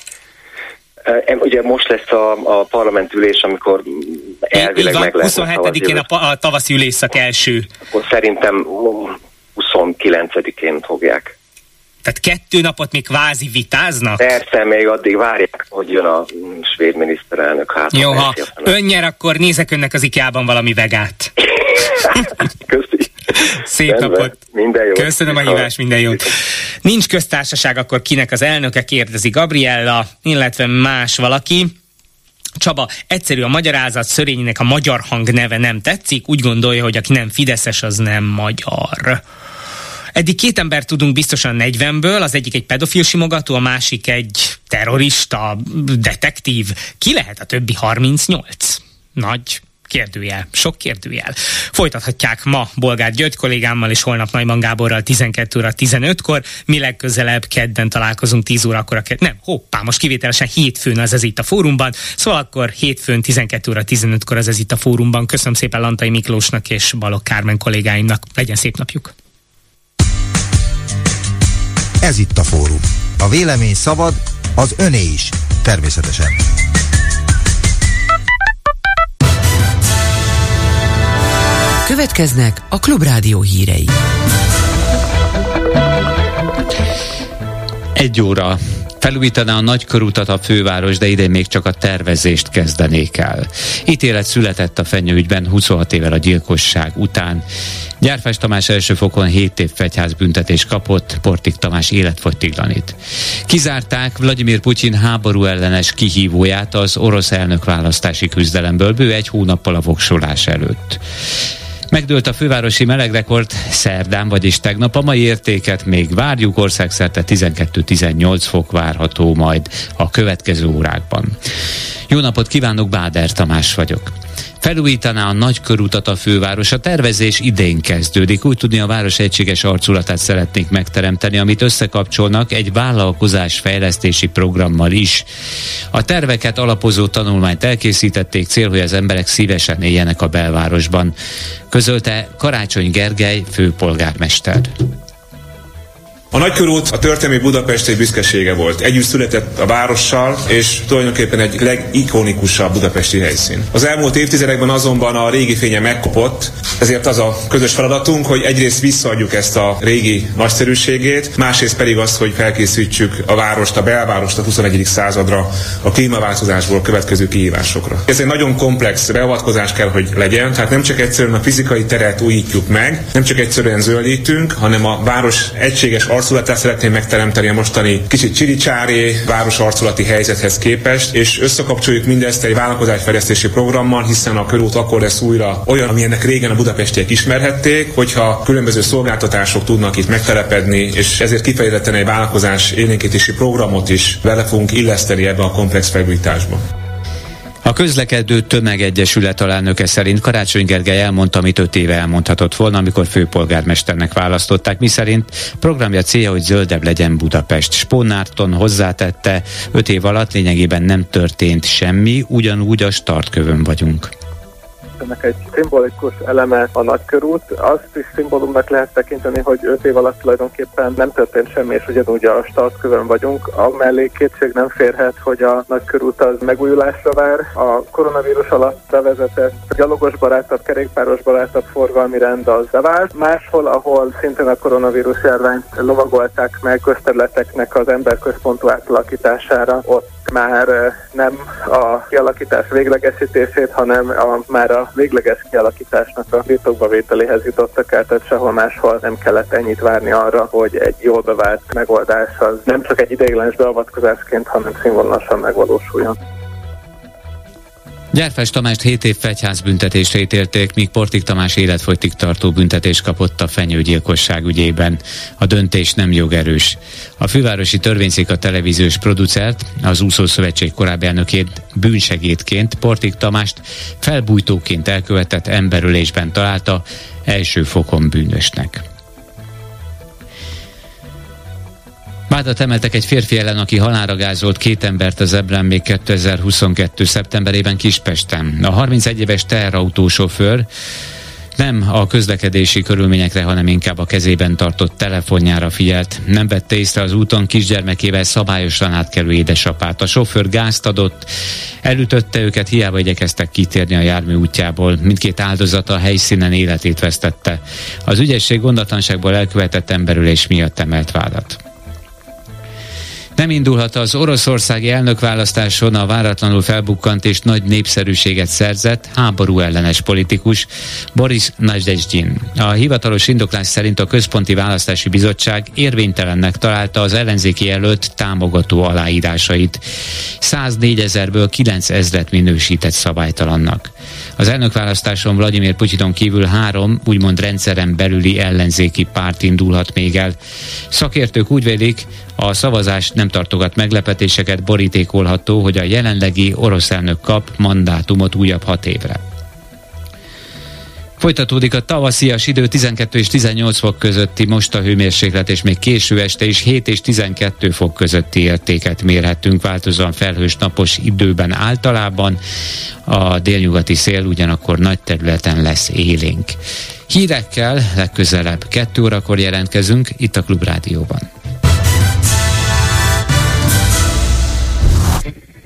Ugye most lesz a, a parlamentülés, amikor elvileg van, meg lesz. huszonhetedikén a, a tavaszi ülésszak első. Akkor szerintem huszonkilencedikén fogják. Tehát kettő napot még kvázi vitáznak? Persze, még addig várják, hogy jön a svéd miniszterelnök. Hát, jó, ha ön nyer, akkor nézek önnek az IKEA-ban valami vegát. Köszi. Szép Rendben. napot. Minden jót. Köszönöm a hívást, minden jót. Nincs köztársaság, akkor kinek az elnöke, kérdezi Gabriella, illetve más valaki. Csaba, egyszerű a magyarázat, Szörényinek a magyar hang neve nem tetszik, úgy gondolja, hogy aki nem fideszes, az nem magyar. Eddig két ember tudunk biztosan negyvenből, az egyik egy pedofil simogató, a másik egy terrorista, detektív. Ki lehet a többi harmincnyolc? Nagy kérdőjel, sok kérdőjel. Folytathatják ma Bolgár György kollégámmal és holnap Neumann Gáborral tizenkét óra tizenötkor. Mi legközelebb kedden találkozunk tíz órakor. Nem, hoppá, most kivételesen hétfőn az ez itt a fórumban. Szóval akkor hétfőn tizenkét óra tizenötkor az ez itt a fórumban. Köszönöm szépen Lantai Miklósnak és Balogh Kármen kollégáimnak. Legyen szép napjuk! Ez itt a fórum. A vélemény szabad, az öné is, természetesen. Következnek a Klubrádió hírei. Egy óra. Felújítaná a nagykörutat a főváros, de idén még csak a tervezést kezdenék el. Ítélet született a Fenyő-ügyben huszonhat évvel a gyilkosság után. Gyárfás Tamás első fokon hét év fegyházbüntetés kapott, Portik Tamás életfogytiglanit. Kizárták Vladimir Putyin háború ellenes kihívóját az orosz elnökválasztási küzdelemből bő egy hónappal a voksolás előtt. Megdőlt a fővárosi melegrekord szerdán, vagyis tegnap. A mai értéket még várjuk, országszerte tizenkettő-tizennyolc fok várható majd a következő órákban. Jó napot kívánok, Báder Tamás vagyok. Felújítaná a nagykörutat a főváros. A tervezés idén kezdődik. Úgy tudni, a város egységes arculatát szeretnék megteremteni, amit összekapcsolnak egy vállalkozás fejlesztési programmal is. A terveket alapozó tanulmányt elkészítették, cél, hogy az emberek szívesen éljenek a belvárosban. Közölte Karácsony Gergely főpolgármester. A nagykörút a történelmi Budapest egy büszkesége volt. Együtt született a várossal, és tulajdonképpen egy legikonikusabb budapesti helyszín. Az elmúlt évtizedekben azonban a régi fénye megkopott, ezért az a közös feladatunk, hogy egyrészt visszaadjuk ezt a régi nagyszerűségét, másrészt pedig azt, hogy felkészítsük a várost, a belvárost a huszonegyedik századra, a klímaváltozásból következő kihívásokra. Ez egy nagyon komplex beavatkozás kell, hogy legyen, tehát nem csak egyszerűen a fizikai teret újítjuk meg, nem csak egyszerűen zöldítünk, hanem a város egységes arculatát szeretném megteremteni a mostani kicsit csiricsári város arculati helyzethez képest, és összekapcsoljuk mindezt egy vállalkozásfejlesztési programmal, hiszen a körút akkor lesz újra olyan, amilyennek régen a budapestiek ismerhették, hogyha különböző szolgáltatások tudnak itt megtelepedni, és ezért kifejezetten egy vállalkozás élénkítési programot is bele fogunk illeszteni ebbe a komplex felújításba. A közlekedő tömegegyesület alelnöke szerint Karácsony Gergely elmondta, amit öt éve elmondhatott volna, amikor főpolgármesternek választották, miszerint programja célja, hogy zöldebb legyen Budapest. Spónárton hozzátette, öt év alatt lényegében nem történt semmi, ugyanúgy a startkövön vagyunk. Ennek egy szimbolikus eleme a nagykörút. Azt is szimbólumnak lehet tekinteni, hogy öt év alatt tulajdonképpen nem történt semmi, és ugyanúgy a startkövön vagyunk. Amellé kétség nem férhet, hogy a nagykörút az megújulásra vár. A koronavírus alatt bevezetett gyalogos barátabb, kerékpáros barátabb forgalmi rend az bevált. Máshol, ahol szintén a koronavírus járványt lovagolták meg közterületeknek az emberközpontú átalakítására, ott már nem a kialakítás véglegesítését, hanem a, már a végleges kialakításnak a birtokba vételéhez jutottak el, tehát sehol máshol nem kellett ennyit várni arra, hogy egy jól bevált megoldás az nem csak egy ideiglenes beavatkozásként, hanem színvonalasan megvalósuljon. Gyárfás Tamást hét év fegyházbüntetésre ítélték, míg Portik Tamás életfogytig tartó büntetést kapott a fenyőgyilkosság ügyében. A döntés nem jogerős. A fővárosi törvényszék a televíziós producert, az Úszószövetség korábbi elnökét bűnsegédként, Portik Tamást felbújtóként elkövetett emberölésben találta, első fokon bűnösnek. Vádat emeltek egy férfi ellen, aki halálra gázolt két embert az Ebrán még kétezer-huszonkettő. szeptemberében Kispesten. A harmincegy éves teherautósofőr nem a közlekedési körülményekre, hanem inkább a kezében tartott telefonjára figyelt. Nem vette észre az úton kisgyermekével szabályosan átkelő édesapát. A sofőr gázt adott, elütötte őket, hiába igyekeztek kitérni a jármű útjából. Mindkét áldozata a helyszínen életét vesztette. Az ügyesség gondatlanságból elkövetett emberölés miatt emelt vádat. Nem indulhat az oroszországi elnökválasztáson a váratlanul felbukkant és nagy népszerűséget szerzett háború ellenes politikus Boris Nadezhdin. A hivatalos indoklás szerint a Központi Választási Bizottság érvénytelennek találta az ellenzéki jelölt támogató aláírásait. száznégyezerből kilencezret minősített szabálytalannak. Az elnökválasztáson Vladimir Putyinon kívül három úgymond rendszeren belüli ellenzéki párt indulhat még el. Szakértők úgy vélik, a szavazás nem tartogat meglepetéseket, borítékolható, hogy a jelenlegi orosz elnök kap mandátumot újabb hat évre. Folytatódik a tavaszias idő, tizenkettő és tizennyolc fok közötti most a hőmérséklet, és még késő este is hét és tizenkettő fok közötti értéket mérhetünk, változóan felhős napos időben általában. A délnyugati szél ugyanakkor nagy területen lesz élénk. Hírekkel legközelebb kettő órakor jelentkezünk itt a Klubrádióban.